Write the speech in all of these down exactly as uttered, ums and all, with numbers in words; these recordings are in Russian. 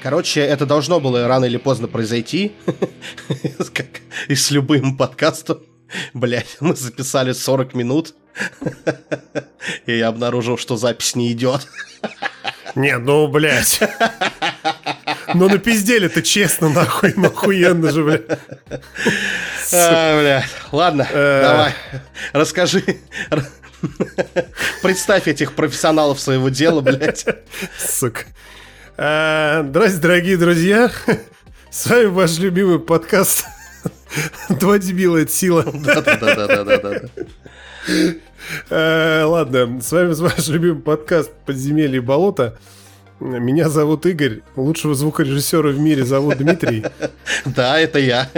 Короче, это должно было рано или поздно произойти. Как и с любым подкастом. Блять, мы записали сорок минут. И я обнаружил, что запись не идет. Не, ну, блядь. Ну, напиздели-то честно, нахуй, ну, охуенно же, блядь. А, блядь. Ладно, давай, расскажи. Представь этих профессионалов своего дела, блядь. Сука. Здравствуйте, дорогие друзья. С вами ваш любимый подкаст «Два дебила — это сила». Да-да-да-да-да-да. Ладно, с вами ваш любимый подкаст «Подземелье и болото». Меня зовут Игорь, лучшего звукорежиссера в мире зовут Дмитрий. Да, это я.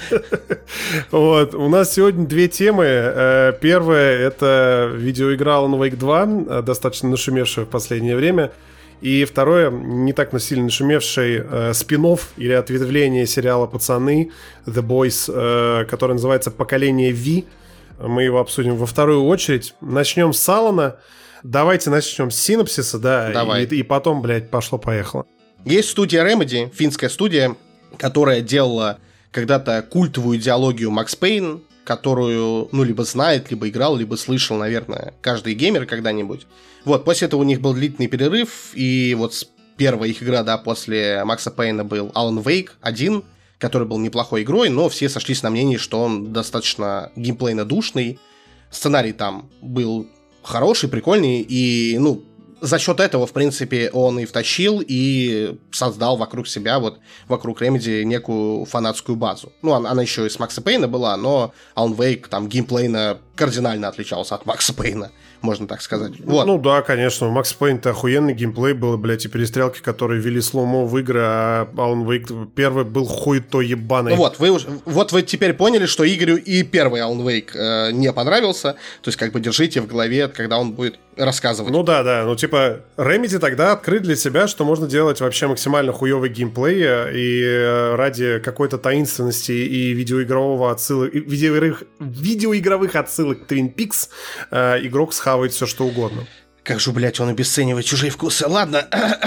Вот, у нас сегодня две темы. Первая — это видеоигра Alan Wake два, достаточно нашумевшая в последнее время. И второе, не так сильно нашумевший э, спин-офф или ответвление сериала «Пацаны» The Boys, э, который называется «Поколение V». Мы его обсудим во вторую очередь. Начнем с Алана. Давайте начнем с синопсиса, да, Давай. И, и потом, блядь, пошло-поехало. Есть студия Remedy, финская студия, которая делала когда-то культовую идеологию Макс Пейн, которую, ну, либо знает, либо играл, либо слышал, наверное, каждый геймер когда-нибудь. Вот, после этого у них был длительный перерыв, и вот первая их игра, да, после Макса Пейна был Alan Wake один, который был неплохой игрой, но все сошлись на мнении, что он достаточно геймплейно душный. Сценарий там был хороший, прикольный, и, ну, за счет этого, в принципе, он и втащил, и создал вокруг себя, вот, вокруг Remedy некую фанатскую базу. Ну, она, она еще и с Макса Пейна была, но Alan Wake там геймплейно кардинально отличался от Макса Пейна, можно так сказать. Вот. Ну да, конечно, у Макс Пейн-то охуенный геймплей был, блядь, и перестрелки, которые ввели слоумо в игры, а Alan Wake первый был хуй-то ебаный. Ну вот, вы уже, вот вы теперь поняли, что Игорю и первый Alan Wake э, не понравился, то есть как бы держите в голове, когда он будет рассказывать. Ну да, да, ну типа Remedy тогда открыт для себя, что можно делать вообще максимально хуёвый геймплей, и ради какой-то таинственности и видеоигрового отсылок, видеоигровых, видеоигровых отсылок к Twin Peaks э, игрок схавает все что угодно. Как же, блядь, он обесценивает чужие вкусы. Ладно.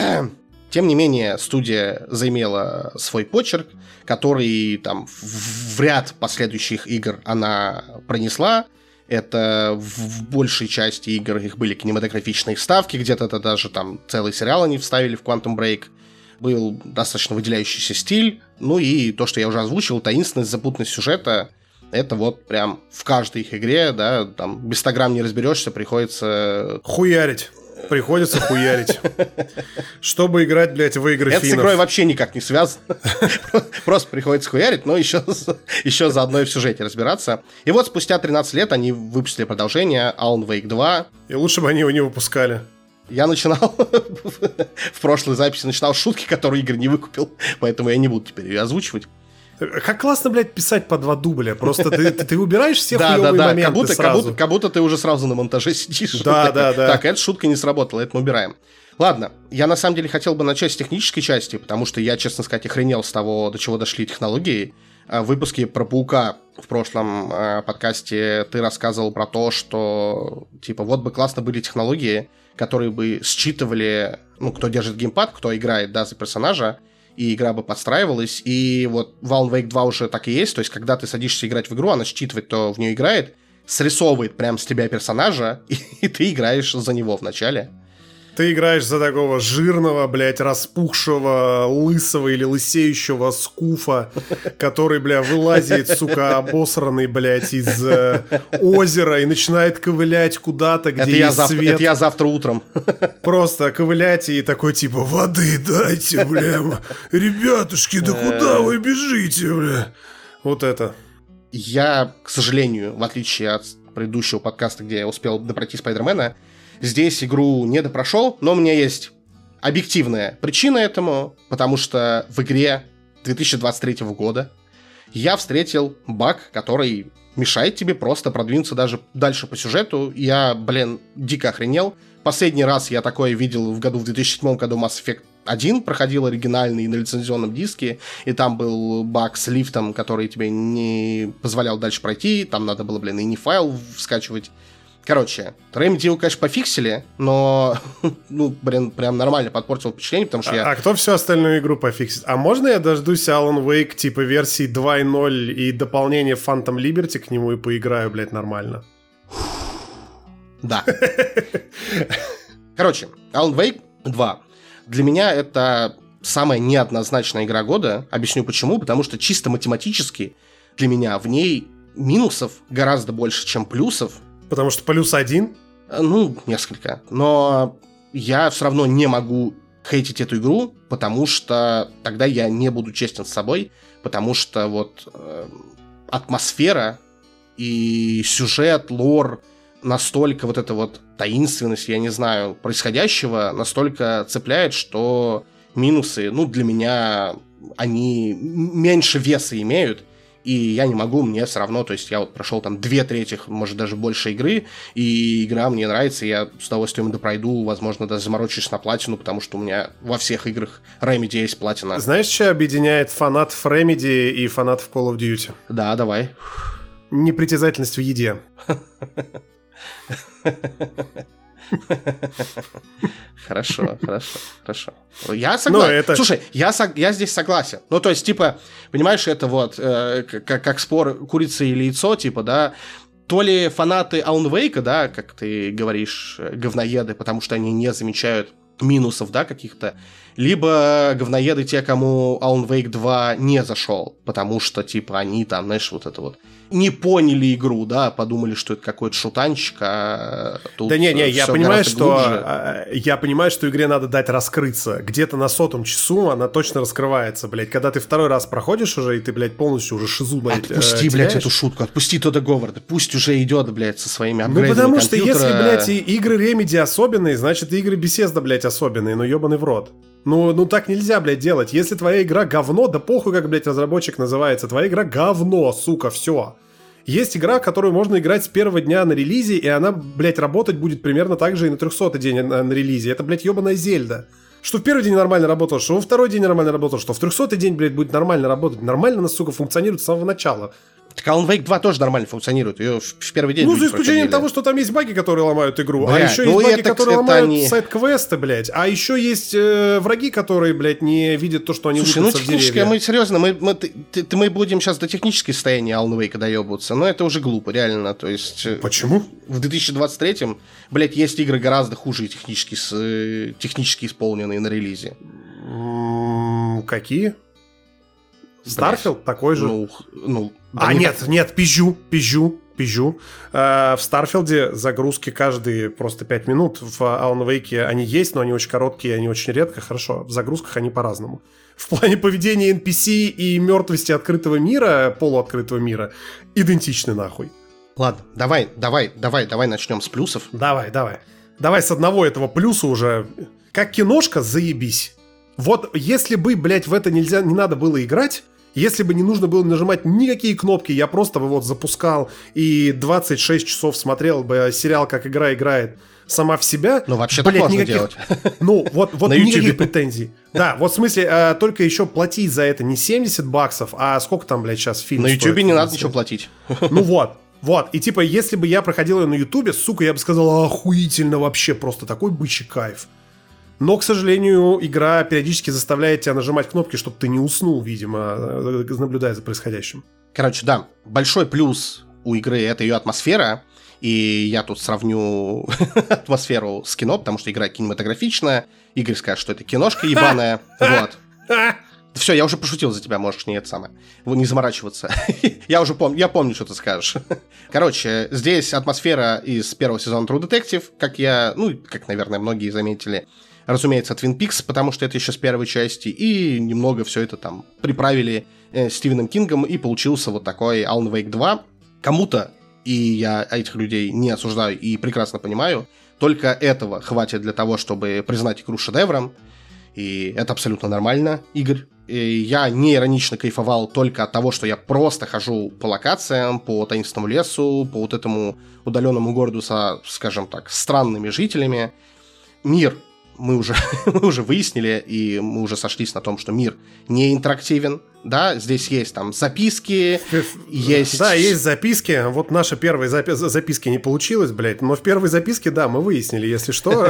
Тем не менее, студия заимела свой почерк, который там в, в ряд последующих игр она пронесла. Это в большей части игр их были кинематографичные вставки, где-то это даже там целый сериал они вставили в Quantum Break. Был достаточно выделяющийся стиль. Ну и то, что я уже озвучил, таинственность, запутанность сюжета. Это вот прям в каждой их игре, да, там без ста грамм не разберешься, приходится... Хуярить. Приходится хуярить. Чтобы играть, блядь, в игры финнов. Это с игрой вообще никак не связано. Просто приходится хуярить, но еще, еще заодно и в сюжете разбираться. И вот спустя тринадцать лет они выпустили продолжение Alan Wake два. И лучше бы они его не выпускали. Я начинал в прошлой записи начинал шутки, которые Игорь не выкупил, поэтому я не буду теперь ее озвучивать. Как классно, блядь, писать по два дубля. Просто ты, ты, ты убираешь все да, хуёвые да, да. моменты как будто, сразу. Как будто, как будто ты уже сразу на монтаже сидишь. Да, да, да. Так, эта шутка не сработала, это мы убираем. Ладно, я на самом деле хотел бы начать с технической части, потому что я, честно сказать, охренел с того, до чего дошли технологии. В выпуске про Паука в прошлом э, подкасте ты рассказывал про то, что, типа, вот бы классно были технологии, которые бы считывали, ну, кто держит геймпад, кто играет, да, за персонажа, и игра бы подстраивалась, и вот в Alan Wake два уже так и есть, то есть когда ты садишься играть в игру, она считывает, кто в нее играет, срисовывает прям с тебя персонажа, и, и ты играешь за него вначале. Ты играешь за такого жирного, блядь, распухшего, лысого или лысеющего скуфа, который, бля, вылазит, сука, обосранный, блядь, из э, озера и начинает ковылять куда-то, где это есть я завтра, свет. Это я завтра утром. Просто ковылять и такой, типа, воды дайте, бля. Ребятушки, да куда вы бежите, бля? Вот это. Я, к сожалению, в отличие от предыдущего подкаста, где я успел допройти Спайдермена, здесь игру не допрошел, но у меня есть объективная причина этому, потому что в игре две тысячи двадцать третьего года я встретил баг, который мешает тебе просто продвинуться даже дальше по сюжету. Я, блин, дико охренел. Последний раз я такое видел в году, в две тысячи седьмом году Mass Effect один проходил оригинальный на лицензионном диске, и там был баг с лифтом, который тебе не позволял дальше пройти, там надо было, блин, и не файл скачивать Короче, Remedy его, конечно, пофиксили, но, ну, блин, прям нормально подпортил впечатление, потому что а, я... А кто всю остальную игру пофиксит? А можно я дождусь Alan Wake типа версии два ноль и дополнение Phantom Liberty к нему и поиграю, блядь, нормально? Да. Короче, Alan Wake два. Для меня это самая неоднозначная игра года. Объясню почему. Потому что чисто математически для меня в ней минусов гораздо больше, чем плюсов. Потому что плюс один? Ну, несколько. Но я все равно не могу хейтить эту игру, потому что тогда я не буду честен с собой, потому что вот э, атмосфера и сюжет, лор, настолько вот эта вот таинственность, я не знаю, происходящего настолько цепляет, что минусы, ну, для меня они меньше веса имеют. И я не могу, мне все равно, то есть я вот прошел там две трети, может даже больше игры, и игра мне нравится, я с удовольствием допройду, возможно, даже заморочусь на платину, потому что у меня во всех играх Remedy есть платина. Знаешь, что объединяет фанатов Remedy и фанатов Call of Duty? Да, давай. Непритязательность в еде. Хорошо, хорошо, хорошо. Я согласен. Это... Слушай, я, со... я здесь согласен. Ну, то есть, типа, понимаешь, это вот э, как, как спор курица или яйцо, типа, да, то ли фанаты Alan Wake, да, как ты говоришь, говноеды, потому что они не замечают минусов, да, каких-то, либо говноеды те, кому Alan Wake два не зашел, потому что, типа, они там, знаешь, вот это вот не поняли игру, да, подумали, что это какой-то шутанчик, а тут да не, не, я понимаю, что глубже. Я понимаю, что игре надо дать раскрыться. Где-то на сотом часу она точно раскрывается, блядь. Когда ты второй раз проходишь уже, и ты, блядь, полностью уже шизу, блядь, Отпусти, э, блядь, эту шутку, отпусти Тодда Говарда, пусть уже идет, блядь, со своими апгрейдами. Ну, потому что компьютера. если, блядь, и игры Remedy особенные, значит, и игры Bethesda, блядь, особенные, ну, ебаный в рот. Ну, ну так нельзя, блядь, делать. Если твоя игра говно, да похуй, как, блядь, разработчик называется. Твоя игра говно, сука, все. Есть игра, которую можно играть с первого дня на релизе, и она, блядь, работать будет примерно так же и на трехсотый день на, на релизе. Это, блядь, ебаная Зельда. Что в первый день нормально работало, что во второй день нормально работало, что в трехсотый день, блядь, будет нормально работать. Нормально она, сука, функционирует с самого начала. Так Alan Wake два тоже нормально функционирует. Ее в, в первый день. Ну, за исключением того, что там есть баги, которые ломают игру. Бля, а еще ну есть баги, это, которые это ломают они... сайд-квесты, блядь. А еще есть э, враги, которые, блядь, не видят то, что они Слушай, ну лупятся в технически, деревья. мы серьезно, мы, мы, ты, ты, мы будем сейчас до технического состояния Alan Wake доебываться, но это уже глупо, реально. То есть. Почему? В две тысячи двадцать третьем, блядь, есть игры гораздо хуже технически, с, технически исполненные на релизе. М-м, какие? Старфилд такой же. Ну, ну, да а, не нет, так... нет, пизжу, пизжу, пизжу. Э, в Старфилде загрузки каждые просто пять минут. В Alan Wake они есть, но они очень короткие, они очень редко. Хорошо, в загрузках они по-разному. В плане поведения эн пи си и мертвости открытого мира, полуоткрытого мира, идентичны нахуй. Ладно, давай, давай, давай, давай начнем с плюсов. Давай, давай. Давай с одного этого плюса уже. Как киношка, заебись. Вот если бы, блядь, в это нельзя, не надо было играть, если бы не нужно было нажимать никакие кнопки, я просто бы вот запускал и двадцать шесть часов смотрел бы сериал «Как игра играет» сама в себя. Ну, вообще так можно никаких... делать. Ну, вот, вот никаких претензий. Да, вот в смысле, э, только еще платить за это не семьдесят баксов, а сколько там, блядь, сейчас фильм На стоит? Ютубе не надо ничего платить. Ну вот. Вот, и типа, если бы я проходил ее на Ютубе, сука, я бы сказал, охуительно вообще, просто такой бычий кайф. Но, к сожалению, игра периодически заставляет тебя нажимать кнопки, чтобы ты не уснул, видимо, наблюдая за происходящим. Короче, да, большой плюс у игры — это ее атмосфера, и я тут сравню атмосферу с кино, потому что игра кинематографичная, Игорь скажет, что это киношка ебаная, вот. Все, я уже пошутил за тебя, можешь не это самое. Не заморачиваться. я уже помню, я помню, что ты скажешь. Короче, здесь атмосфера из первого сезона True Detective, как я, ну, как, наверное, многие заметили. Разумеется, Twin Peaks, потому что это еще с первой части. И немного все это там приправили э, Стивеном Кингом, и получился вот такой Alan Wake два. Кому-то, и я этих людей не осуждаю и прекрасно понимаю, только этого хватит для того, чтобы признать игру шедевром. И это абсолютно нормально, Игорь. И я не иронично кайфовал только от того, что я просто хожу по локациям, по таинственному лесу, по вот этому удаленному городу со, скажем так, странными жителями. Мир мы уже, мы уже выяснили, и мы уже сошлись на том, что мир не интерактивен. да, здесь есть там записки, есть... Да, есть записки, вот наша первая запи- записки не получилась, блядь, но в первой записке, да, мы выяснили, если что,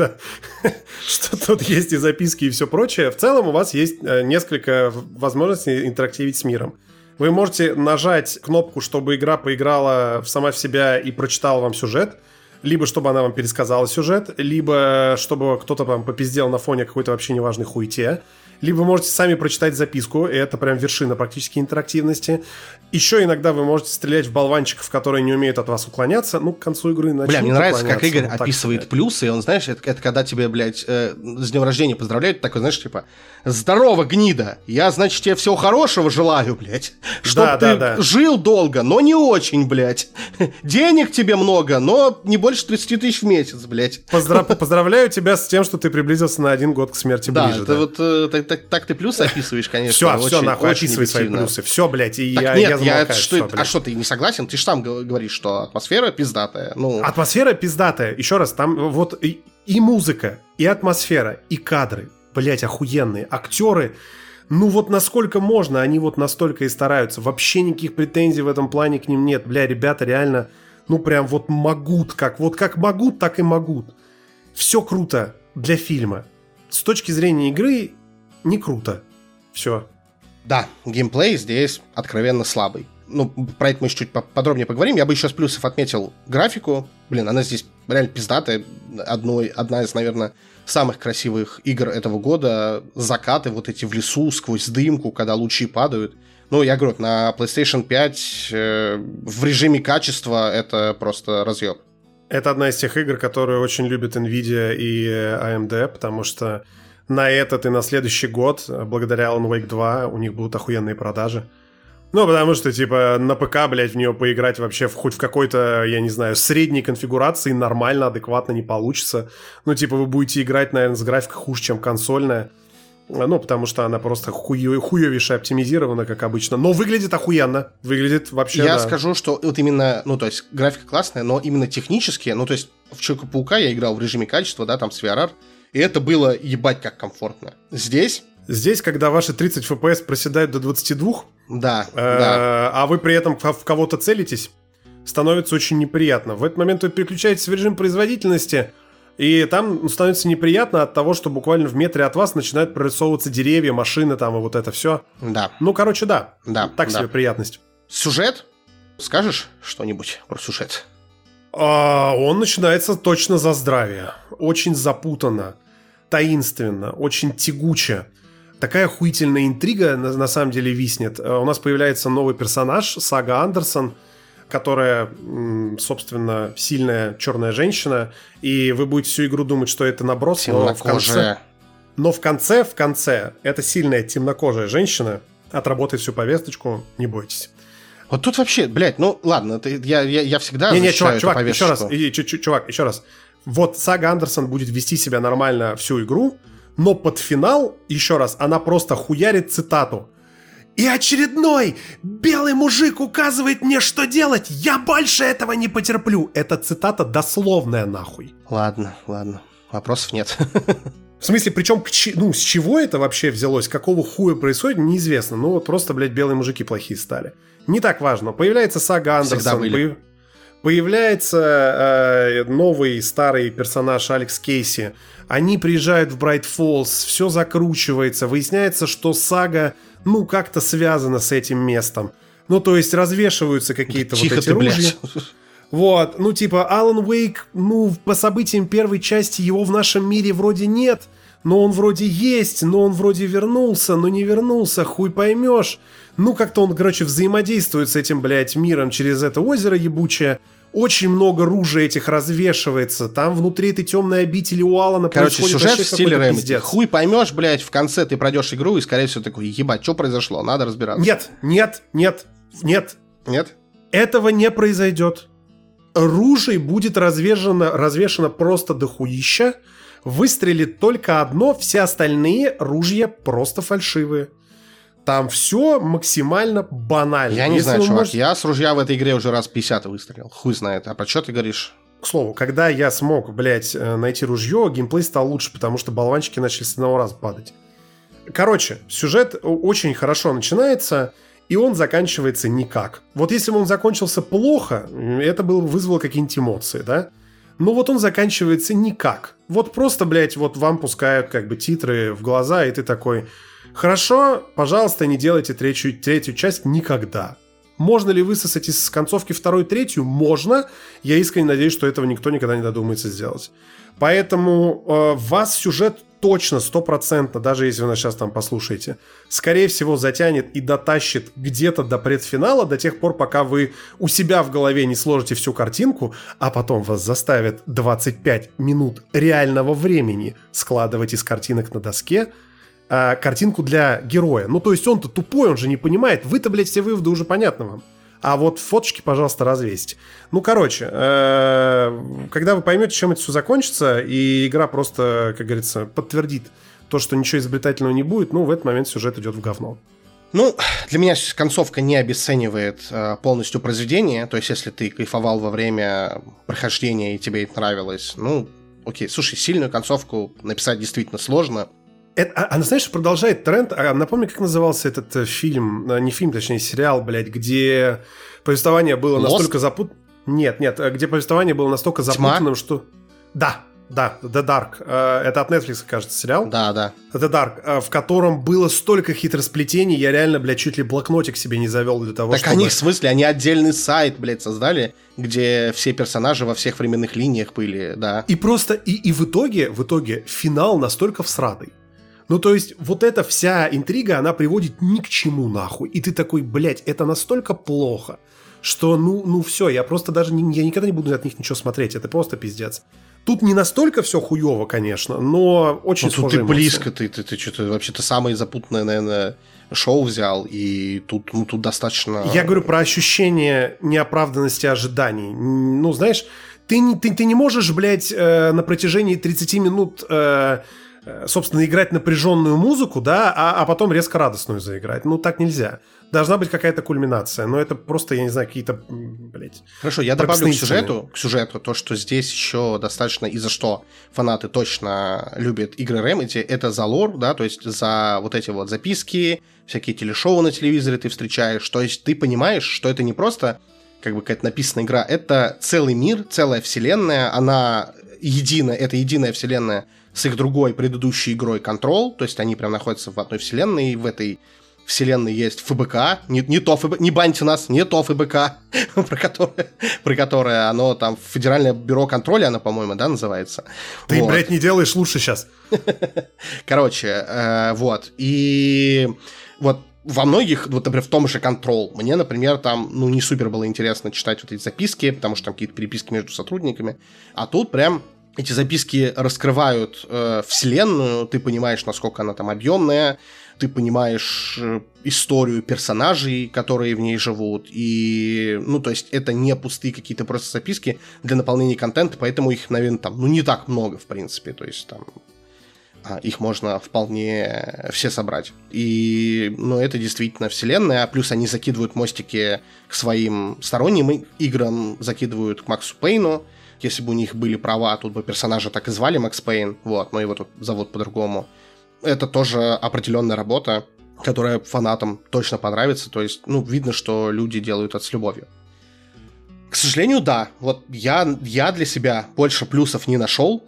что тут есть и записки, и все прочее. В целом у вас есть несколько возможностей интерактивить с миром. Вы можете нажать кнопку, чтобы игра поиграла сама в себя и прочитала вам сюжет, либо чтобы она вам пересказала сюжет, либо чтобы кто-то вам попиздел на фоне какой-то вообще неважной хуете, либо вы можете сами прочитать записку, и это прям вершина практически интерактивности. Еще иногда вы можете стрелять в болванчиков, которые не умеют от вас уклоняться. Ну, к концу игры начнут. Бля, мне нравится, как Игорь вот описывает плюсы, и он, знаешь, это, это когда тебе, блядь, э, с днем рождения поздравляют, такой, знаешь, типа, здорово, гнида, я, значит, тебе всего хорошего желаю, блядь, чтобы да, ты да, да. жил долго, но не очень, блядь, денег тебе много, но не больше тридцать тысяч в месяц, блядь. Поздрав... Поздравляю тебя с тем, что ты приблизился на один год к смерти да, ближе. Это да, вот э, так, так, так ты плюсы описываешь, конечно. Все, очень, все, нахуй, очень описывай свои плюсы. Все, блядь, и так я, нет, я замолкаю. Я, что, все, а что, ты не согласен? Ты же сам говоришь, что атмосфера пиздатая. Ну... Атмосфера пиздатая. Еще раз, там вот и, и музыка, и атмосфера, и кадры, блядь, охуенные. Актеры, ну вот насколько можно, они вот настолько и стараются. Вообще никаких претензий в этом плане к ним нет. Бля, ребята реально, ну прям вот могут, как вот как могут, так и могут. Все круто для фильма. С точки зрения игры не круто. Все. Да, геймплей здесь откровенно слабый. Ну, про это мы еще чуть подробнее поговорим. Я бы еще с плюсов отметил графику. Блин, она здесь реально пиздатая. Одной, одна из, наверное, самых красивых игр этого года. Закаты вот эти в лесу, сквозь дымку, когда лучи падают. Ну, я говорю, на PlayStation пять э, в режиме качества это просто разъеб. Это одна из тех игр, которые очень любят Nvidia и эй эм ди, потому что на этот и на следующий год, благодаря Alan Wake два, у них будут охуенные продажи. Ну, потому что, типа, на ПК, блядь, в нее поиграть вообще в, хоть в какой-то, я не знаю, средней конфигурации нормально, адекватно не получится. Ну, типа, вы будете играть, наверное, с графикой хуже, чем консольная. Ну, потому что она просто хуё- хуёвейше оптимизирована, как обычно. Но выглядит охуенно. Выглядит вообще, Я да. скажу, что вот именно, ну, то есть, графика классная, но именно технически, ну, то есть, в Человека-паука я играл в режиме качества, да, там, с ви ар ар, и это было ебать как комфортно. Здесь... Здесь, когда ваши тридцать эф пи эс проседают до двадцати двух, да, э- да. а вы при этом в кого-то целитесь, становится очень неприятно. В этот момент вы переключаетесь в режим производительности, и там становится неприятно от того, что буквально в метре от вас начинают прорисовываться деревья, машины там и вот это все. Да. Ну, короче, да. Да. Так да. себе приятность. Сюжет? Скажешь что-нибудь про сюжет? А, он начинается точно за здравие. Очень запутанно, таинственно, очень тягуче. Такая охуительная интрига на, на самом деле виснет. У нас появляется новый персонаж, Сага Андерсон, которая, собственно, сильная черная женщина, и вы будете всю игру думать, что это наброс, но в конце, но в конце, в конце, эта сильная темнокожая женщина отработает всю повесточку, не бойтесь. Вот тут вообще, блядь, ну ладно, это, я, я, я всегда не, защищаю не, чувак, эту чувак, повесточку. еще раз, и, чувак, еще раз. Вот Сага Андерсон будет вести себя нормально всю игру, но под финал, еще раз, она просто хуярит цитату. «И очередной белый мужик указывает мне, что делать! Я больше этого не потерплю!» Эта цитата дословная нахуй. Ладно, ладно, вопросов нет. В смысле, причем, ну, с чего это вообще взялось, какого хуя происходит, неизвестно. Ну, вот просто, блядь, белые мужики плохие стали. Не так важно. Появляется Сага Андерсон, по- появляется э, новый старый персонаж Алекс Кейси. Они приезжают в Брайт Фоллс, все закручивается. Выясняется, что Сага, ну, как-то связана с этим местом. Ну, то есть развешиваются какие-то Тихо вот эти ты, ружья. блядь. Вот, ну, типа, Алан Уэйк, ну, по событиям первой части его в нашем мире вроде нет, но он вроде есть, но он вроде вернулся, но не вернулся, хуй поймешь. Ну, как-то он, короче, взаимодействует с этим, блядь, миром через это озеро ебучее. Очень много ружей этих развешивается. Там внутри этой темной обители у Алана Короче, происходит сюжет вообще в стиле какой-то Remedy. пиздец. Хуй поймешь, блядь, в конце ты пройдешь игру и, скорее всего, такой, ебать, что произошло, надо разбираться. Нет, нет, нет, нет. Нет? Этого не произойдет. Ружей будет развешено, развешено просто дохуища. Выстрелит только одно, все остальные ружья просто фальшивые. Там все максимально банально. Я не Если знаю, чувак, можете... я с ружья в этой игре уже раз пятьдесят выстрелил. Хуй знает. А про что ты говоришь? К слову, когда я смог, блядь, найти ружье, геймплей стал лучше, потому что болванчики начали с одного раза падать. Короче, сюжет очень хорошо начинается, и он заканчивается никак. Вот если бы он закончился плохо, это было, вызвало какие-нибудь эмоции, да? Но вот он заканчивается никак. Вот просто, блядь, вот вам пускают как бы титры в глаза, и ты такой: хорошо, пожалуйста, не делайте третью, третью часть никогда. Можно ли высосать из концовки вторую, третью? Можно. Я искренне надеюсь, что этого никто никогда не додумается сделать. Поэтому э, вас сюжет точно, стопроцентно, даже если вы нас сейчас там послушаете, скорее всего затянет и дотащит где-то до предфинала, до тех пор, пока вы у себя в голове не сложите всю картинку, а потом вас заставят двадцать пять минут реального времени складывать из картинок на доске э, картинку для героя. Ну, то есть он-то тупой, он же не понимает. Вы-то, блядь, все выводы уже понятны вам. А вот фоточки, пожалуйста, развесьте. Ну, короче, когда вы поймете, чем это все закончится, и игра просто, как говорится, подтвердит то, что ничего изобретательного не будет, ну, в этот момент сюжет идет в говно. Ну, для меня концовка не обесценивает э, полностью произведение. То есть, если ты кайфовал во время прохождения и тебе это нравилось, ну, окей. Слушай, сильную концовку написать действительно сложно. Это, она, знаешь, продолжает тренд. А, напомни, как назывался этот э, фильм, не фильм, точнее, сериал, блядь, где повествование было Lost? настолько запутанным. Нет, нет, где повествование было настолько запутанным, Тьма? что... Да, да, The Dark. Э, это от Netflix, кажется, сериал. Да, да. The Dark, э, в котором было столько хитросплетений, я реально, блядь, чуть ли блокнотик себе не завел для того, так чтобы... они, в смысле, они отдельный сайт, блядь, создали, где все персонажи во всех временных линиях были, да. И просто, и, и в итоге, в итоге финал настолько всратый. Ну, то есть, вот эта вся интрига, она приводит ни к чему, нахуй. И ты такой, блядь, это настолько плохо, что, ну, ну все, я просто даже, не, я никогда не буду от них ничего смотреть, это просто пиздец. Тут не настолько все хуево, конечно, но очень ну, схожие тут ты эмоции. близко, ты, ты, ты что-то вообще-то самое запутанное, наверное, шоу взял, и тут, ну, тут достаточно... Я говорю про ощущение неоправданности ожиданий. Ну, знаешь, ты, ты, ты не можешь, блядь, э, на протяжении тридцати минут... Э, собственно, играть напряженную музыку, да, а, а потом резко радостную заиграть. Ну, так нельзя. Должна быть какая-то кульминация. Но это просто, я не знаю, какие-то, блядь... Хорошо, я добавлю к сюжету, к сюжету то, что здесь еще достаточно, и за что фанаты точно любят игры Remedy, это за лор, да, то есть за вот эти вот записки, всякие телешоу на телевизоре ты встречаешь. То есть ты понимаешь, что это не просто как бы какая-то написанная игра, это целый мир, целая вселенная, она едина, это единая вселенная с их другой предыдущей игрой Control, то есть они прям находятся в одной вселенной, и в этой вселенной есть ФБК, не, не то ФБК, не баньте нас, не то ФБК, про которое, про которое оно там, Федеральное бюро контроля, оно, по-моему, да, называется. Ты, вот. блядь, не делаешь лучше сейчас. Короче, э, вот, и вот во многих, вот, например, в том же Control, мне, например, там, ну, не супер было интересно читать вот эти записки, потому что там какие-то переписки между сотрудниками, а тут прям эти записки раскрывают э, вселенную, ты понимаешь, насколько она там объемная, ты понимаешь э, историю персонажей, которые в ней живут, и, ну, то есть это не пустые какие-то просто записки для наполнения контента, поэтому их, наверное, там, ну, не так много, в принципе, то есть там а, их можно вполне все собрать. И, ну, это действительно вселенная, а плюс они закидывают мостики к своим сторонним играм, закидывают к Максу Пейну. Если бы у них были права, тут бы персонажа так и звали Макс Пейн, вот, но его тут зовут по-другому. Это тоже определенная работа, которая фанатам точно понравится, то есть, ну, видно, что люди делают это с любовью. К сожалению, да, вот я, я для себя больше плюсов не нашел.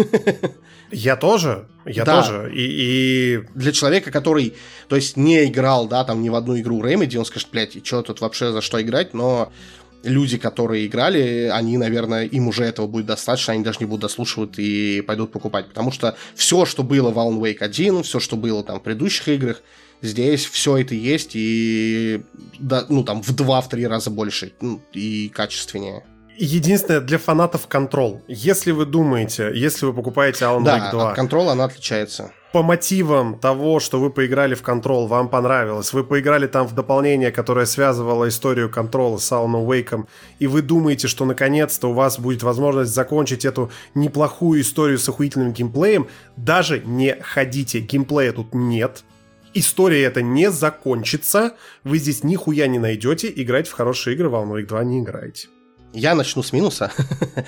Я тоже, я да. тоже, и, и... Для человека, который, то есть, не играл, да, там, ни в одну игру Remedy, он скажет, блядь, и что тут вообще за что играть, но... Люди, которые играли, они, наверное, им уже этого будет достаточно, они даже не будут дослушивать и пойдут покупать. Потому что все, что было в Alan Wake один, все, что было там в предыдущих играх, здесь все это есть и, да, ну, там, в два-три раза больше, ну, и качественнее. Единственное, для фанатов Control. Если вы думаете, если вы покупаете Alan да, Wake два... от Control она отличается. По мотивам того, что вы поиграли в Control, вам понравилось, вы поиграли там в дополнение, которое связывало историю Control с Alan Wake'ом, и вы думаете, что наконец-то у вас будет возможность закончить эту неплохую историю с охуительным геймплеем, даже не ходите, геймплея тут нет. История эта не закончится, вы здесь нихуя не найдете, играть в хорошие игры в Alan Wake два не играете. Я начну с минуса.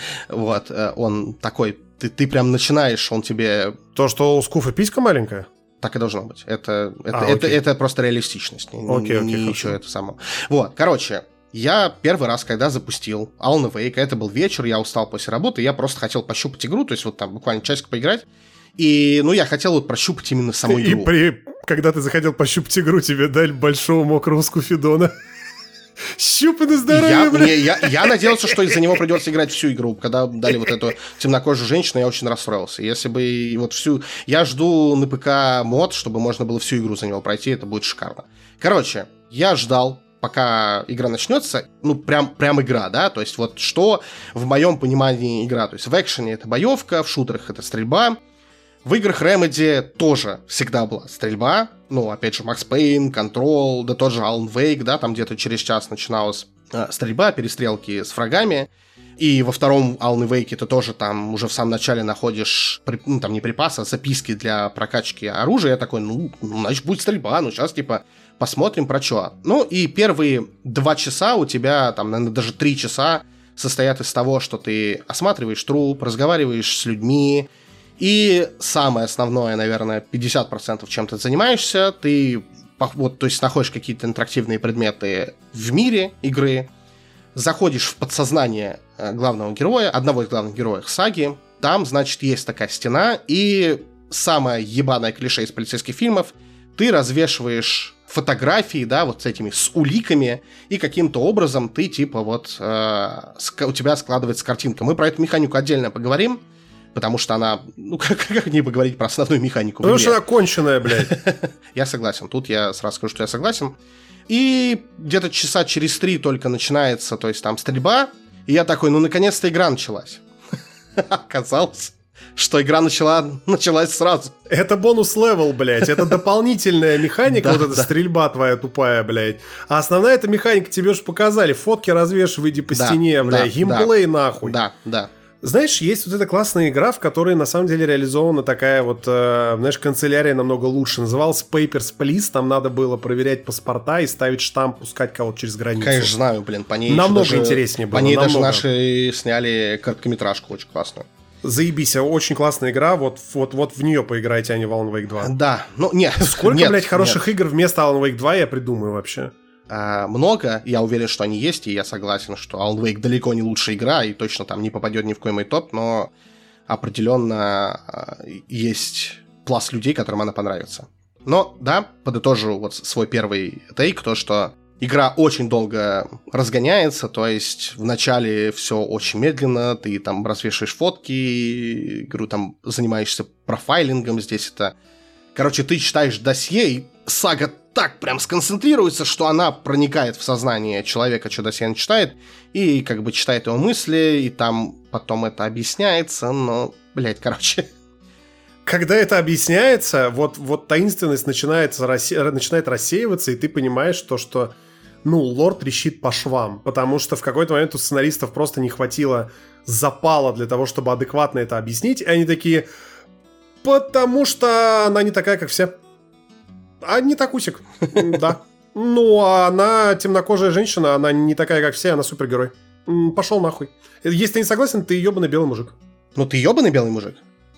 Вот, он такой, ты, ты прям начинаешь, он тебе... То, что у Скуфа писька маленькая? Так и должно быть. Это, это, а, это, это просто реалистичность. Окей, окей, ничего это само. Вот, короче, я первый раз, когда запустил Alan Wake, это был вечер, я устал после работы, я просто хотел пощупать игру, то есть вот там буквально часик поиграть. И, ну, я хотел вот прощупать именно саму игру. И при... когда ты захотел пощупать игру, тебе дали большого мокрого скуфидона. Щупай на здоровье, я, бля. мне, я, я надеялся, что из-за него придется играть всю игру. Когда дали вот эту темнокожую женщину, я очень расстроился. Если бы вот всю... Я жду на ПК мод, чтобы можно было всю игру за него пройти, это будет шикарно. Короче, я ждал, пока игра начнется, ну, прям, прям игра, да, то есть вот что в моем понимании игра. То есть в экшене это боевка, в шутерах это стрельба. В играх Remedy тоже всегда была стрельба. Ну, опять же, Max Payne, Control, да тот же Alan Wake, да, там где-то через час начиналась э, стрельба, перестрелки с врагами. И во втором Alan Wake ты тоже там уже в самом начале находишь, ну, там не припасы, а записки для прокачки оружия. Я такой, ну, значит, будет стрельба, ну, сейчас, типа, посмотрим про что. Ну, и первые два часа у тебя, там, наверное, даже три часа состоят из того, что ты осматриваешь труп, разговариваешь с людьми. И самое основное, наверное, пятьдесят процентов чем ты занимаешься, ты вот, то есть находишь какие-то интерактивные предметы в мире игры, заходишь в подсознание главного героя, одного из главных героев саги, там, значит, есть такая стена, и самое ебаное клише из полицейских фильмов, ты развешиваешь фотографии, да, вот с этими, с уликами, и каким-то образом ты, типа, вот, э, у тебя складывается картинка. Мы про эту механику отдельно поговорим, потому что она, ну, как, как не поговорить про основную механику? Потому что она конченая, блядь. Я согласен, тут я сразу скажу, что я согласен. И где-то часа через три только начинается, то есть там стрельба, и я такой, ну, наконец-то игра началась. Оказалось, что игра начала, началась сразу. Это бонус-левел, блядь, это дополнительная механика, Да, вот эта да. стрельба твоя тупая, блядь. А основная эта механика тебе же показали, фотки развешивай, иди по Да, стене, да, блядь, геймплей нахуй. Да, да. Знаешь, есть вот эта классная игра, в которой на самом деле реализована такая вот, э, знаешь, канцелярия намного лучше. Называлась Papers, Please. Там надо было проверять паспорта и ставить штамп, пускать кого-то через границу. Конечно, знаю, блин, по ней намного даже, интереснее было. По ней намного. даже наши сняли короткометражку очень классную. Заебись, очень классная игра, вот, вот, вот в нее поиграйте, а не в Alan Wake два. Да, ну нет. Сколько, нет, блядь, хороших нет. игр вместо Alan Wake два я придумаю вообще? А, много, я уверен, что они есть, и я согласен, что Alan Wake далеко не лучшая игра, и точно там не попадет ни в какой мой топ, но определенно а, есть пласт людей, которым она понравится. Но, да, подытожу вот свой первый тейк, то, что игра очень долго разгоняется, то есть вначале все очень медленно, ты там развешиваешь фотки, игру там занимаешься профайлингом, здесь это... Короче, ты читаешь досье, и сага так прям сконцентрируется, что она проникает в сознание человека, что досье он читает, и как бы читает его мысли, и там потом это объясняется, но, блядь, короче... Когда это объясняется, вот, вот таинственность начинается, расе... начинает рассеиваться, и ты понимаешь то, что, ну, лор трещит по швам, потому что в какой-то момент у сценаристов просто не хватило запала для того, чтобы адекватно это объяснить, и они такие... Потому что она не такая, как все. А не такусик. Да. Ну, а она темнокожая женщина, она не такая, как все, она супергерой. Пошел нахуй. Если ты не согласен, ты ебаный белый мужик. Ну, ты ебаный белый мужик?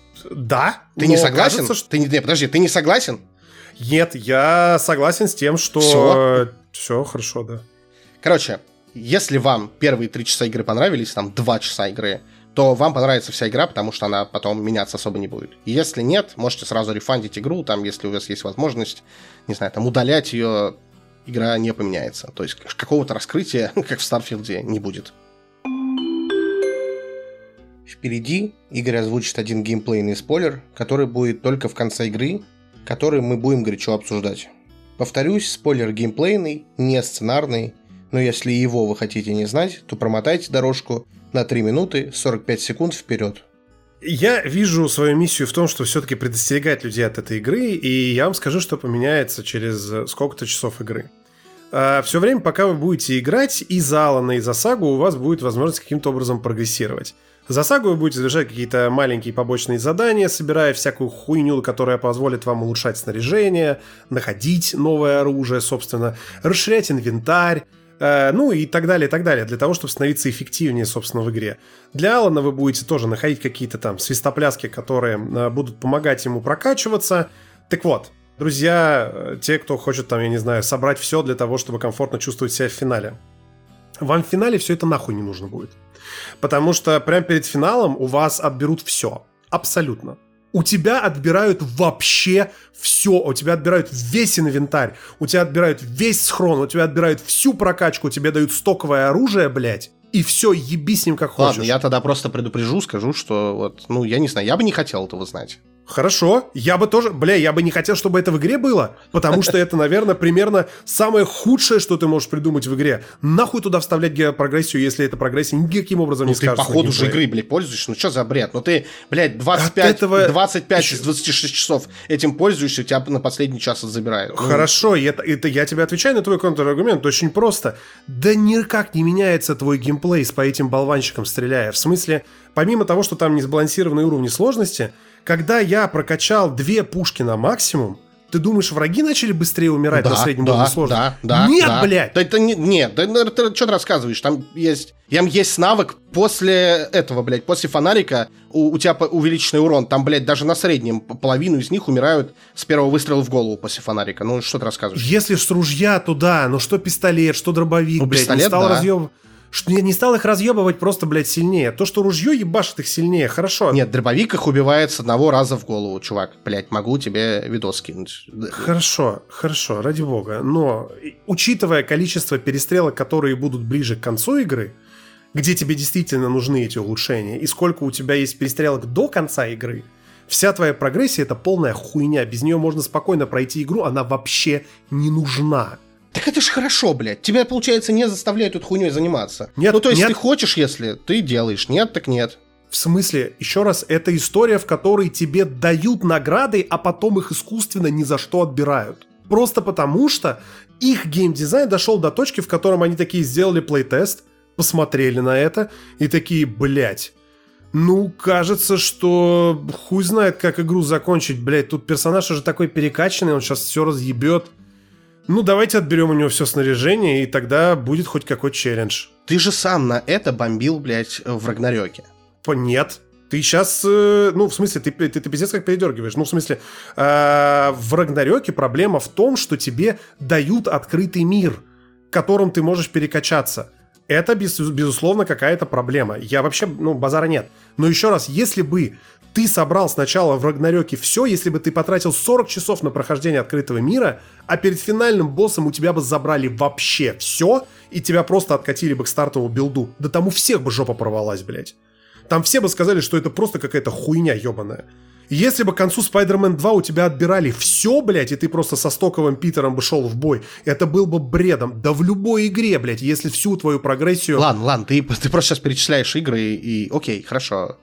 Да. Ты не согласен? Кажется, что... Ты не, не, подожди, ты не согласен? Нет, я согласен с тем, что... Все? Все, хорошо, да. Короче, если вам первые три часа игры понравились, там два часа игры, то вам понравится вся игра, потому что она потом меняться особо не будет. И если нет, можете сразу рефандить игру, там, если у вас есть возможность, не знаю, там, удалять ее, игра не поменяется. То есть какого-то раскрытия, как в Старфилде, не будет. Впереди Игорь озвучит один геймплейный спойлер, который будет только в конце игры, который мы будем горячо обсуждать. Повторюсь, спойлер геймплейный, не сценарный, но если его вы хотите не знать, то промотайте дорожку на три минуты сорок пять секунд вперед. Я вижу свою миссию в том, что все-таки предостерегать людей от этой игры, и я вам скажу, что поменяется через сколько-то часов игры. А все время, пока вы будете играть, и за Алана, и за Сагу у вас будет возможность каким-то образом прогрессировать. За Сагу вы будете завершать какие-то маленькие побочные задания, собирая всякую хуйню, которая позволит вам улучшать снаряжение, находить новое оружие, собственно, расширять инвентарь, ну и так далее, и так далее, для того, чтобы становиться эффективнее, собственно, в игре. Для Алана вы будете тоже находить какие-то там свистопляски, которые будут помогать ему прокачиваться. Так вот, друзья, те, кто хочет там, я не знаю, собрать все для того, чтобы комфортно чувствовать себя в финале. Вам в финале все это нахуй не нужно будет. Потому что прямо перед финалом у вас отберут все. Абсолютно. У тебя отбирают вообще все. У тебя отбирают весь инвентарь. У тебя отбирают весь схрон. У тебя отбирают всю прокачку. Тебе дают стоковое оружие, блядь. И все, еби с ним как хочешь. Ладно, я тогда просто предупрежу, скажу, что вот, ну, я не знаю, я бы не хотел этого знать. Хорошо, я бы тоже, бля, я бы не хотел, чтобы это в игре было, потому что это, наверное, примерно самое худшее, что ты можешь придумать в игре. Нахуй туда вставлять геопрогрессию, если эта прогрессия никаким образом ну, не скажется. Ну ты по ходу же игры, блядь, пользуешься, ну что за бред? Ну ты, блядь, двадцать пять, этого... двадцать пять из двадцати шести часов этим пользуешься, тебя на последний час забирают. Ну... Хорошо, это, это я тебе отвечаю на твой контраргумент, очень просто. Да никак не меняется твой геймплей по этим болванчикам стреляя. В смысле, помимо того, что там несбалансированные уровни сложности, когда я прокачал две пушки на максимум, ты думаешь, враги начали быстрее умирать да, на среднем да, уровне сложности? Да, да, Нет, да. блядь! Да это не, нет, да, ты, ты что ты рассказываешь? Там есть, там есть навык после этого, блядь, после фонарика у, у тебя увеличенный урон. Там, блядь, даже на среднем половину из них умирают с первого выстрела в голову после фонарика. Ну, что ты рассказываешь? Если с ружья туда, ну что пистолет, что дробовик, ну, блядь, пистолет, не стал да. разъеб... Я не стал их разъебывать просто, блядь, сильнее. То, что ружье ебашит их сильнее, хорошо. Нет, дробовик их убивает с одного раза в голову, чувак. Блядь, могу тебе видос скинуть. Хорошо, хорошо, ради бога. Но, учитывая количество перестрелок, которые будут ближе к концу игры, где тебе действительно нужны эти улучшения, и сколько у тебя есть перестрелок до конца игры, вся твоя прогрессия — это полная хуйня. Без нее можно спокойно пройти игру, она вообще не нужна. Так это ж хорошо, блядь. Тебя, получается, не заставляют тут хуйней заниматься. Нет, ну, то есть нет. ты хочешь, если ты делаешь. Нет, так нет. В смысле, еще раз, это история, в которой тебе дают награды, а потом их искусственно ни за что отбирают. Просто потому, что их геймдизайн дошел до точки, в котором они такие сделали плейтест, посмотрели на это и такие, блядь, ну, кажется, что хуй знает, как игру закончить, блядь. Тут персонаж уже такой перекачанный, он сейчас все разъебет. Ну, давайте отберем у него все снаряжение, и тогда будет хоть какой челлендж. Ты же сам на это бомбил, блядь, в Рагнарёке. Нет. Ты сейчас, э, ну, в смысле, ты, ты, ты пиздец как передергиваешь. Ну, в смысле, э, в Рагнарёке проблема в том, что тебе дают открытый мир, которым ты можешь перекачаться. Это, без, безусловно, какая-то проблема. Я вообще, ну, базара нет. Но еще раз, если бы ты собрал сначала в Рагнарёке все, если бы ты потратил сорок часов на прохождение открытого мира, а перед финальным боссом у тебя бы забрали вообще все, и тебя просто откатили бы к стартовому билду, да там у всех бы жопа порвалась, блядь. Там все бы сказали, что это просто какая-то хуйня ебаная. Если бы к концу Spider-Man два у тебя отбирали все, блядь, и ты просто со стоковым Питером бы шел в бой, это был бы бредом. Да в любой игре, блядь, если всю твою прогрессию... Ладно, ладно, ты, ты просто сейчас перечисляешь игры и... Окей, хорошо.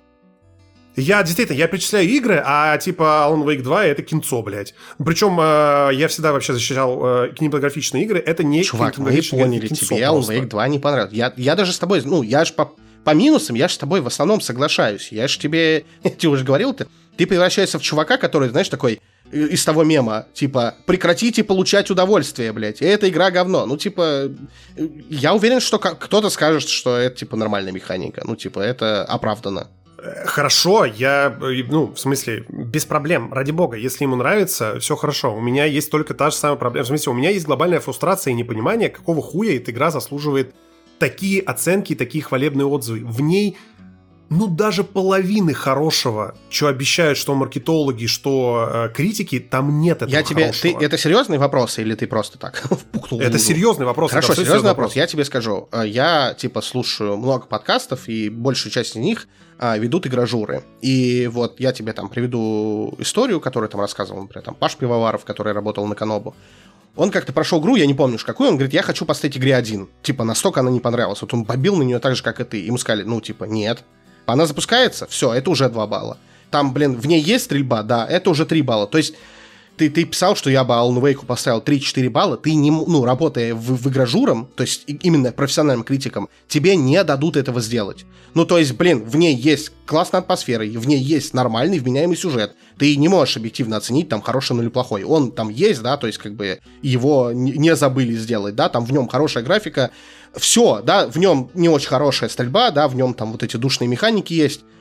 Я действительно, я перечисляю игры, а типа Alan Wake два это кинцо, блядь. Причем э, я всегда вообще защищал э, кинематографичные игры, это не Чувак, мы поняли, кинцо, тебе Alan Wake два не понравился. Я, я даже с тобой, ну, я ж по, по минусам, я ж с тобой в основном соглашаюсь. Я ж тебе, я тебе уже говорил, ты, ты превращаешься в чувака, который, знаешь, такой из того мема, типа, прекратите получать удовольствие, блядь, и эта игра говно. Ну, типа, я уверен, что кто-то скажет, что это, типа, нормальная механика. Ну, типа, это оправдано. Хорошо, я, ну, в смысле, без проблем, ради бога, если ему нравится, все хорошо. У меня есть только та же самая проблема. В смысле, у меня есть глобальная фрустрация и непонимание, какого хуя эта игра заслуживает такие оценки, такие хвалебные отзывы. В ней, ну, даже половины хорошего, что обещают, что маркетологи, что э, критики, там нет этого я тебе, хорошего. Ты, это серьезный вопрос или ты просто так впукнул? Это серьезный вопрос. Хорошо, это серьезный вопрос. вопрос. Я тебе скажу. Я, типа, слушаю много подкастов, и большую часть из них а, ведут игражуры. И вот я тебе там приведу историю, которую там рассказывал, например, там Паш Пивоваров, который работал на Канобу. Он как-то прошел игру, я не помню уж какую, он говорит, я хочу поставить игре один. Типа, настолько она не понравилась. Вот он побил на нее так же, как и ты. Ему сказали, ну, типа, нет. Она запускается, все, это уже два балла. Там, блин, в ней есть стрельба, да, это уже три балла. То есть ты, ты писал, что я бы Alan Wake поставил три-четыре балла, ты, не, ну, работая в, в игражуром, то есть именно профессиональным критиком, тебе не дадут этого сделать. Ну, то есть, блин, в ней есть классная атмосфера, в ней есть нормальный вменяемый сюжет. Ты не можешь объективно оценить, там, хороший он или плохой. Он там есть, да, то есть, как бы, его не забыли сделать, да, там в нем хорошая графика. Все, да, в нем не очень хорошая стрельба, да, в нем там вот эти душные механики есть.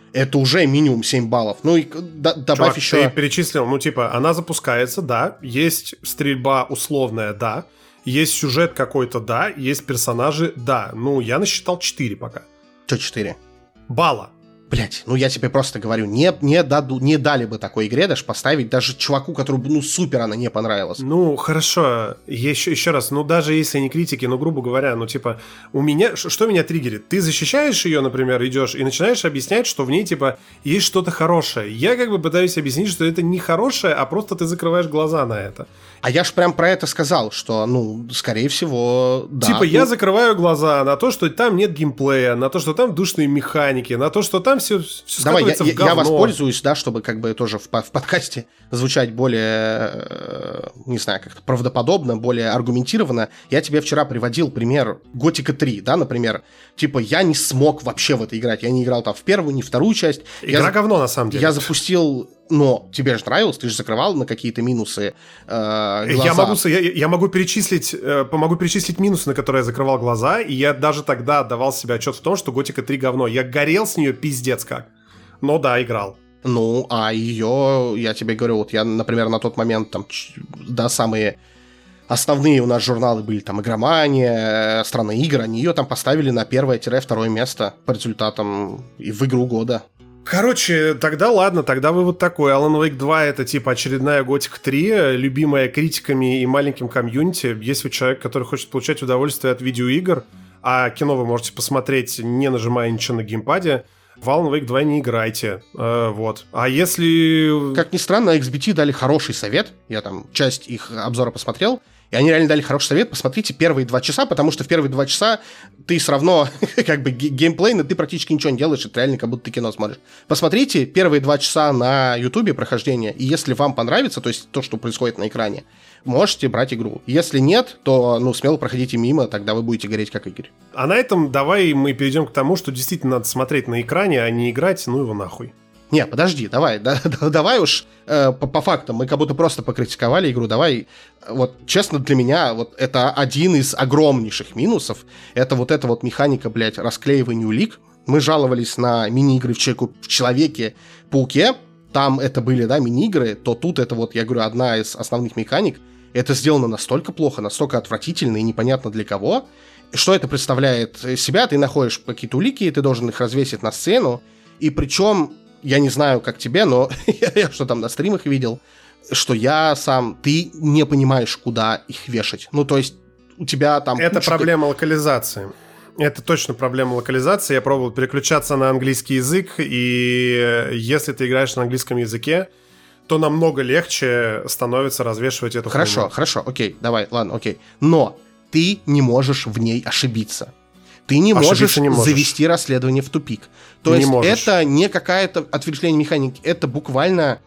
это уже минимум семь баллов. Ну и да, добавь Чувак, еще... ты перечислил, ну типа, она запускается, да, есть стрельба условная, да, есть сюжет какой-то, да, есть персонажи, да. Ну, я насчитал четыре пока. Что четыре? Балла. Блять, ну я тебе просто говорю, не, не, даду, не дали бы такой игре даже поставить даже чуваку, которому, ну, супер она не понравилась. Ну, хорошо, еще, еще раз, ну, даже если не критики, ну, грубо говоря, ну, типа, у меня, что меня триггерит? Ты защищаешь ее, например, идешь и начинаешь объяснять, что в ней, типа, есть что-то хорошее. Я как бы пытаюсь объяснить, что это не хорошее, а просто ты закрываешь глаза на это. А я ж прям про это сказал, что, ну, скорее всего, да. Типа, ну... я закрываю глаза на то, что там нет геймплея, на то, что там душные механики, на то, что там все, все Давай, я, скатывается в говно. я воспользуюсь, да, чтобы как бы тоже в, в подкасте звучать более, э, не знаю, как-то правдоподобно, более аргументированно. Я тебе вчера приводил пример Готика три, да, например. Типа, я не смог вообще в это играть. Я не играл там в первую, ни вторую часть. Игра я, говно, на самом деле. Я запустил... Но тебе же нравилось, ты же закрывал на какие-то минусы э, глаза. Я могу, я, я могу, перечислить, э, могу перечислить минусы, на которые я закрывал глаза, и я даже тогда отдавал себе отчет в том, что Готика три говно. Я горел с нее пиздец как. Но да, играл. Ну, а ее, я тебе говорю, вот я, например, на тот момент, там, да, самые основные у нас журналы были, там, Игромания, Страна игр, они ее там поставили на первое-второе место по результатам и в игру года. Короче, тогда ладно, тогда вывод такой. Alan Wake два — это типа очередная Готика три, любимая критиками и маленьким комьюнити. Если человек, который хочет получать удовольствие от видеоигр, а кино вы можете посмотреть, не нажимая ничего на геймпаде, в Alan Wake два не играйте. Э, вот. А если... Как ни странно, икс би ти дали хороший совет. Я там часть их обзора посмотрел. И они реально дали хороший совет, посмотрите первые два часа, потому что в первые два часа ты все равно, как бы, геймплейно, ты практически ничего не делаешь, это реально как будто ты кино смотришь. Посмотрите первые два часа на Ютубе прохождение, и если вам понравится, то есть то, что происходит на экране, можете брать игру. Если нет, то, ну, смело проходите мимо, тогда вы будете гореть как Игорь. А на этом давай мы перейдем к тому, что действительно надо смотреть на экране, а не играть, ну его нахуй. Не, подожди, давай, да, да, давай уж э, по, по фактам, мы как будто просто покритиковали игру, давай, вот, честно, для меня, вот, это один из огромнейших минусов, это вот эта вот механика, блядь, расклеивания улик. Мы жаловались на мини-игры в, человеку, в Человеке-пауке, там это были, да, мини-игры, то тут это вот, я говорю, одна из основных механик, это сделано настолько плохо, настолько отвратительно и непонятно для кого. Что это представляет себя? Ты находишь какие-то улики, ты должен их развесить на сцену, и причем... Я не знаю, как тебе, но я что там на стримах видел, что я сам, ты не понимаешь, куда их вешать. Ну, то есть, у тебя там... Это куча... проблема локализации. Это точно проблема локализации. Я пробовал переключаться на английский язык, и если ты играешь на английском языке, то намного легче становится развешивать эту Хорошо, хуйню. хорошо, окей, давай, ладно, окей. Но ты не можешь в ней ошибиться. Ты не можешь, не можешь завести расследование в тупик. То не есть можешь. Это не какая-то ответвление механики, это буквально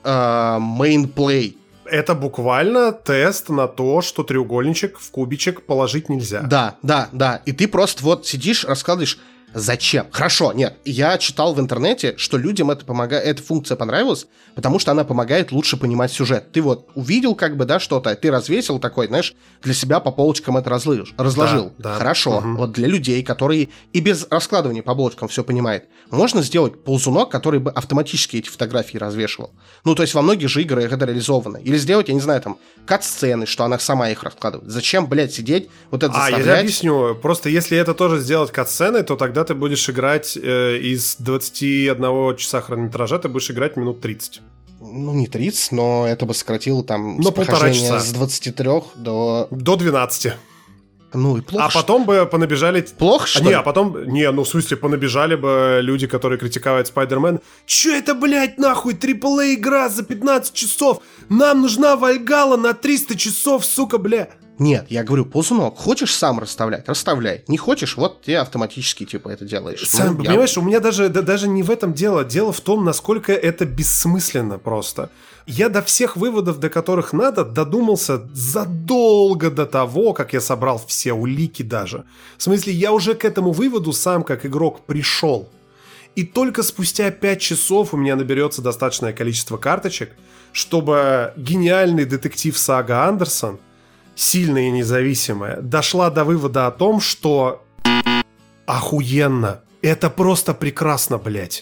мейнплей. Э, это буквально тест на то, что треугольничек в кубичек положить нельзя. Да, да, да. И ты просто вот сидишь, раскладываешь, зачем? Хорошо, нет. Я читал в интернете, что людям это помогает, эта функция понравилась, потому что она помогает лучше понимать сюжет. Ты вот увидел как бы, да, что-то, ты развесил такой, знаешь, для себя по полочкам это разложил. разложил. Да, да. Хорошо. Угу. Вот для людей, которые и без раскладывания по полочкам все понимают, можно сделать ползунок, который бы автоматически эти фотографии развешивал. Ну, то есть во многих же играх это реализовано. Или сделать, я не знаю, там, кат-сцены, что она сама их раскладывает. Зачем, блядь, сидеть, вот это а, заставлять? А, я объясню. Просто если это тоже сделать кат-сцены, то тогда ты будешь играть э, из двадцати одного часа хронометража, ты будешь играть минут тридцать. Ну, не тридцать, но это бы сократило там но полтора часа. С двадцати трёх до... До двенадцати. Ну и плохо. А потом бы понабежали... Плохо, что а, Не, ли? а потом... Не, ну в смысле, понабежали бы люди, которые критиковали Spider-Man. Чё это, блядь, нахуй, трипл эй игра за пятнадцать часов? Нам нужна Вальгалла на триста часов, сука, бля. Нет, я говорю, ползунок. Хочешь сам расставлять? Расставляй. Не хочешь, вот ты автоматически типа это делаешь. Сам, ну, понимаешь, я... у меня даже, да, даже не в этом дело. Дело в том, насколько это бессмысленно просто. Я до всех выводов, до которых надо, додумался задолго до того, как я собрал все улики даже. В смысле, я уже к этому выводу сам как игрок пришел. И только спустя пять часов у меня наберется достаточное количество карточек, чтобы гениальный детектив Сага Андерсон, сильная и независимая, дошла до вывода о том, что охуенно, это просто прекрасно, блядь.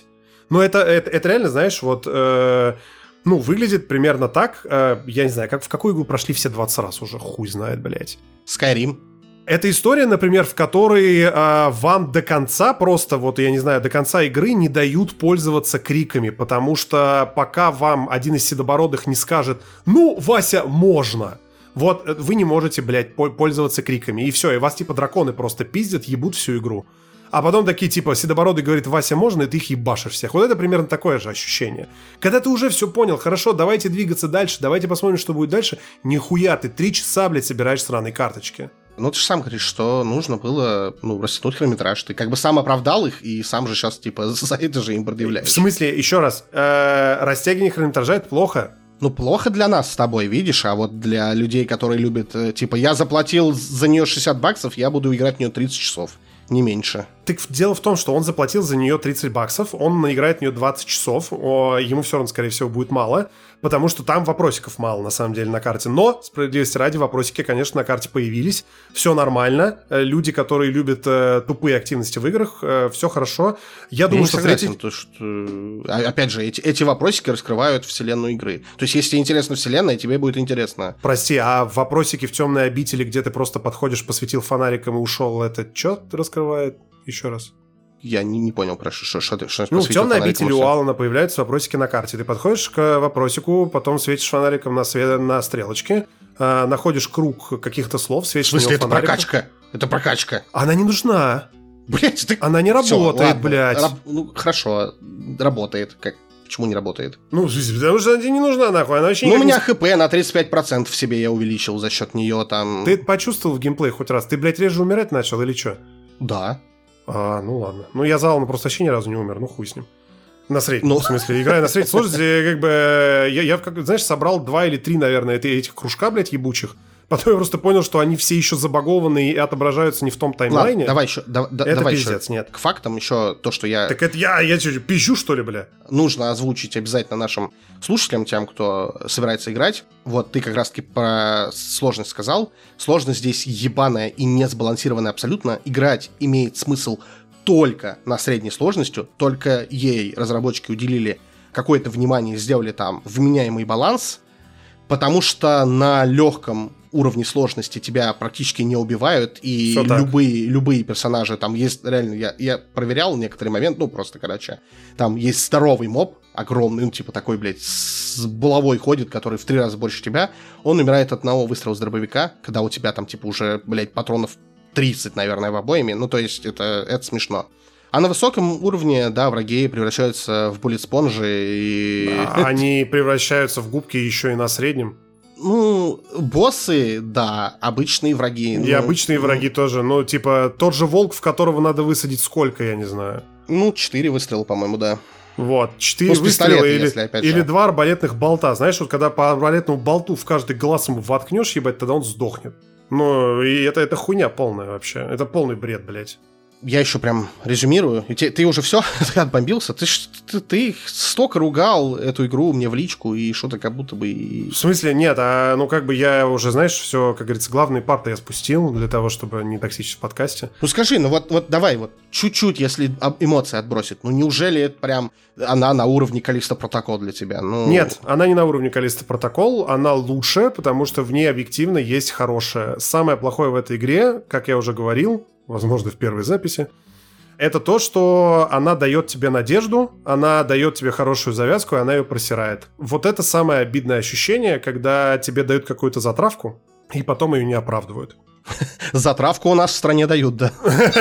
Но это, это, это реально, знаешь, вот... Э, ну, выглядит примерно так. Э, я не знаю, как в какую игру прошли все двадцать раз уже, хуй знает, блядь. Skyrim. Это история, например, в которой э, вам до конца просто, вот я не знаю, до конца игры не дают пользоваться криками, потому что пока вам один из седобородых не скажет «Ну, Вася, можно!», вот вы не можете, блядь, пользоваться криками. И все, и вас типа драконы просто пиздят, ебут всю игру. А потом такие типа седобородый говорит «Вася, можно?» и ты их ебашишь всех. Вот это примерно такое же ощущение. Когда ты уже все понял, хорошо, давайте двигаться дальше, давайте посмотрим, что будет дальше. Нихуя, ты три часа, блядь, собираешь сраные карточки. Ну, ты же сам говоришь, что нужно было, ну, растянуть хронометраж. Ты как бы сам оправдал их, и сам же сейчас, типа, за это же им предъявляешь. В смысле, еще раз, э, растягивание хронометража — это плохо? Ну, плохо для нас с тобой, видишь, а вот для людей, которые любят, типа, я заплатил за нее шестьдесят баксов, я буду играть в нее тридцать часов, не меньше. Так дело в том, что он заплатил за нее тридцать баксов, он наиграет в нее двадцать часов, о, ему все равно, скорее всего, будет мало, потому что там вопросиков мало, на самом деле, на карте. Но, справедливости ради, вопросики, конечно, на карте появились, все нормально, люди, которые любят э, тупые активности в играх, э, все хорошо. Я думаю, не что согласен, третий... то, что... Опять же, эти, эти вопросики раскрывают вселенную игры. То есть, если тебе интересна вселенная, тебе будет интересно. Прости, а вопросики в темной обители, где ты просто подходишь, посветил фонариком и ушел, это что раскрывает? Еще раз. Я не, не понял, про что, что ты что Ну, в темной обители у Алана появляются вопросики на карте. Ты подходишь к вопросику, потом светишь фонариком на, свет, на стрелочке, э, находишь круг каких-то слов, светишь на него фонариком. В смысле, это фонариком. прокачка? Это прокачка. Она не нужна. Блять, ты... Она не Всё, работает, ладно. блядь. Раб... Ну, хорошо, работает. Как? Почему не работает? Ну, потому что она тебе не нужна, нахуй. Она вообще ну, у меня не... хп на тридцать пять процентов в себе я увеличил за счет нее там... Ты это почувствовал в геймплее хоть раз? Ты, блядь, реже умирать начал или что? Да. А, ну ладно. Ну, я за Алана просто вообще ни разу не умер, ну хуй с ним. На среднем, ну... в смысле, играя на средней сложности, как бы, я, я, как, знаешь, собрал два или три, наверное, этих кружка, блядь, ебучих. Потом я просто понял, что они все еще забагованы и отображаются не в том таймлайне. Ладно, давай еще, да, да, это давай пиздец, еще нет. К фактам еще то, что я... Так это я, я что, пизжу, что ли, бля? Нужно озвучить обязательно нашим слушателям, тем, кто собирается играть. Вот ты как раз-таки про сложность сказал. Сложность здесь ебаная и не сбалансированная абсолютно. Играть имеет смысл только на средней сложностью, только ей разработчики уделили какое-то внимание, сделали там вменяемый баланс, потому что на легком уровне сложности тебя практически не убивают, и любые, любые персонажи, там есть реально, я, я проверял некоторые моменты, ну просто, короче, там есть здоровый моб, огромный, ну типа такой, блядь, с булавой ходит, который в три раза больше тебя, он умирает от одного выстрела с дробовика, когда у тебя там типа уже, блядь, патронов тридцать, наверное, в обойме, ну то есть это, это смешно. А на высоком уровне, да, враги превращаются в буллет-спонжи и... Да, они превращаются в губки еще и на среднем. Ну, боссы, да, обычные враги. И ну, обычные ну, враги тоже. Ну, типа, тот же волк, в которого надо высадить сколько, я не знаю. Ну, четыре выстрела, по-моему, да. Вот, четыре ну, выстрела или, если, или два арбалетных болта. Знаешь, вот когда по арбалетному болту в каждый глаз ему воткнешь, ебать, тогда он сдохнет. Ну, и это, это хуйня полная вообще. Это полный бред, блядь. Я еще прям резюмирую. И те, ты уже все, ты отбомбился. Ты, ты, ты столько ругал эту игру мне в личку, и что-то как будто бы... И... В смысле, нет, а ну как бы я уже, знаешь, все, как говорится, главные парты я спустил для того, чтобы не токсичить в подкасте. Ну скажи, ну вот, вот давай, вот чуть-чуть, если эмоции отбросит, ну неужели это прям она на уровне Callisto Protocol для тебя? Ну... Нет, она не на уровне Callisto Protocol, она лучше, потому что в ней объективно есть хорошее. Самое плохое в этой игре, как я уже говорил, возможно, в первой записи, это то, что она дает тебе надежду, она дает тебе хорошую завязку, и она ее просирает. Вот это самое обидное ощущение, когда тебе дают какую-то затравку, и потом ее не оправдывают. Затравку у нас в стране дают, да.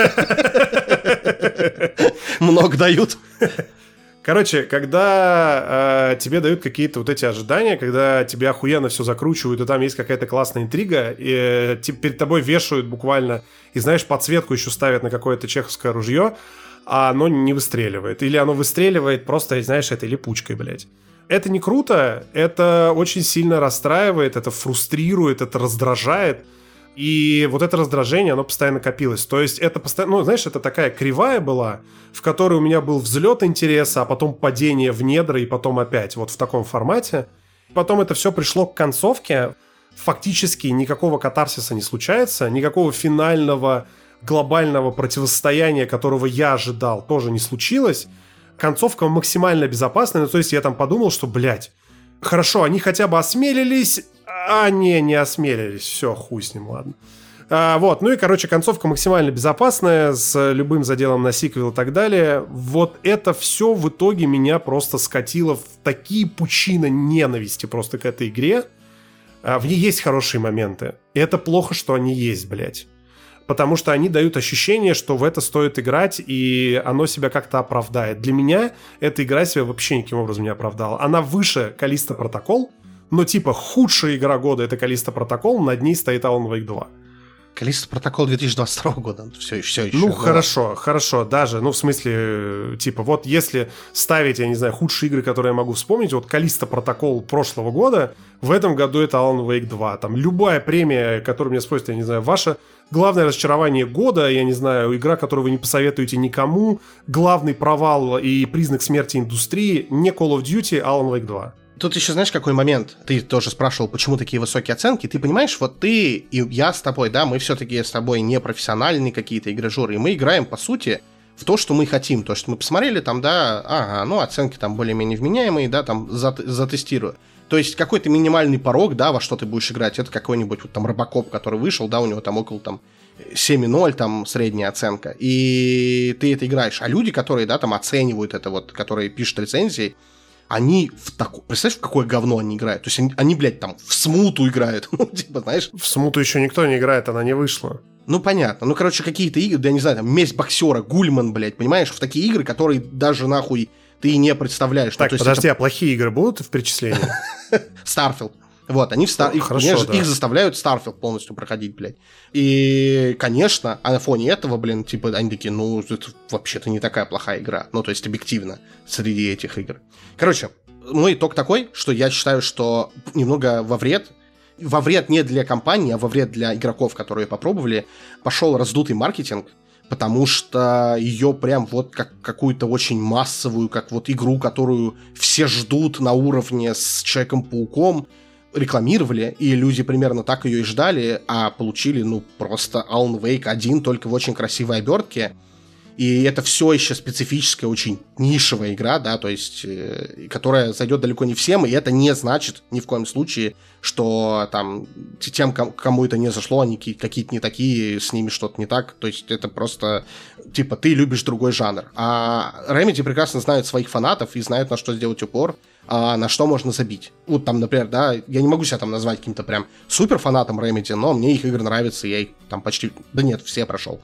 Много дают. Короче, когда э, тебе дают какие-то вот эти ожидания, когда тебе охуенно все закручивают, и там есть какая-то классная интрига, и э, перед тобой вешают буквально, и знаешь, подсветку еще ставят на какое-то чеховское ружье, а оно не выстреливает. Или оно выстреливает просто, знаешь, этой липучкой, блядь. Это не круто, это очень сильно расстраивает, это фрустрирует, это раздражает. И вот это раздражение, оно постоянно копилось. То есть это постоянно, ну, знаешь, это такая кривая была, в которой у меня был взлет интереса, а потом падение в недра, и потом опять вот в таком формате. Потом это все пришло к концовке. Фактически никакого катарсиса не случается, никакого финального глобального противостояния, которого я ожидал, тоже не случилось. концовка максимально безопасная. Ну, то есть я там подумал, что, блядь, хорошо, они хотя бы осмелились, а не, не осмелились. Все, хуй с ним, ладно. А, вот, ну и, короче, концовка максимально безопасная, с любым заделом на сиквел и так далее. Вот это все в итоге меня просто скатило в такие пучины ненависти просто к этой игре. А, в ней есть хорошие моменты. И это плохо, что они есть, блядь. Потому что они дают ощущение, что в это стоит играть, и оно себя как-то оправдает. Для меня эта игра себя вообще никаким образом не оправдала. Она выше Callisto Protocol, но типа худшая игра года — это Callisto Protocol, над ней стоит Alan Wake два. Callisto Protocol две тысячи двадцать второго года, все, все еще. Ну, да. хорошо, хорошо, даже, ну, в смысле, типа, вот если ставить, я не знаю, худшие игры, которые я могу вспомнить, вот Callisto Protocol прошлого года, в этом году это Alan Wake два. Там любая премия, которую мне спросят, я не знаю, ваше главное разочарование года, я не знаю, игра, которую вы не посоветуете никому, главный провал и признак смерти индустрии, не Call of Duty, Alan Wake два. Тут еще знаешь, какой момент? Ты тоже спрашивал, почему такие высокие оценки. Ты понимаешь, вот ты и я с тобой, да, мы все-таки с тобой не профессиональные какие-то игрожуры, и мы играем, по сути, в то, что мы хотим. То, что мы посмотрели, там, да, ага, ну, оценки там более-менее вменяемые, да, там, зат- затестирую. То есть какой-то минимальный порог, да, во что ты будешь играть, это какой-нибудь вот там Робокоп, который вышел, да, у него там около там семь ноль, там средняя оценка, и ты это играешь. А люди, которые, да, там оценивают это вот, которые пишут рецензии, они в такое... Представляешь, в какое говно они играют? То есть они, они, блядь, там в смуту играют. Ну, типа, знаешь... В смуту еще никто не играет, она не вышла. Ну, понятно. Ну, короче, какие-то игры, да, я не знаю, там, месть боксера, Гульман, блядь, понимаешь? В такие игры, которые даже нахуй ты не представляешь. Так, ну, подожди, это... а плохие игры будут в перечислении? Starfield. Вот, они в Star... ну, их, хорошо, да. их заставляют Starfield полностью проходить, блядь. И, конечно, а на фоне этого, блин, типа, они такие, ну, это вообще-то не такая плохая игра. Ну, то есть, объективно, среди этих игр. Короче, мой итог такой, что я считаю, что немного во вред, во вред не для компании, а во вред для игроков, которые попробовали, пошел раздутый маркетинг, потому что ее прям вот как какую-то очень массовую, как вот игру, которую все ждут на уровне с Человеком-пауком, рекламировали, и люди примерно так ее и ждали, а получили, ну, просто Alan Wake один, только в очень красивой обертке. И это все еще специфическая, очень нишевая игра, да, то есть, э, которая зайдет далеко не всем, и это не значит ни в коем случае, что там тем, кому это не зашло, они какие-то не такие, с ними что-то не так, то есть это просто, типа, ты любишь другой жанр. А Remedy прекрасно знают своих фанатов и знают, на что сделать упор, а на что можно забить. Вот там, например, да, я не могу себя там назвать каким-то прям супер фанатом Remedy, но мне их игры нравятся, я их там почти, да нет, все прошел.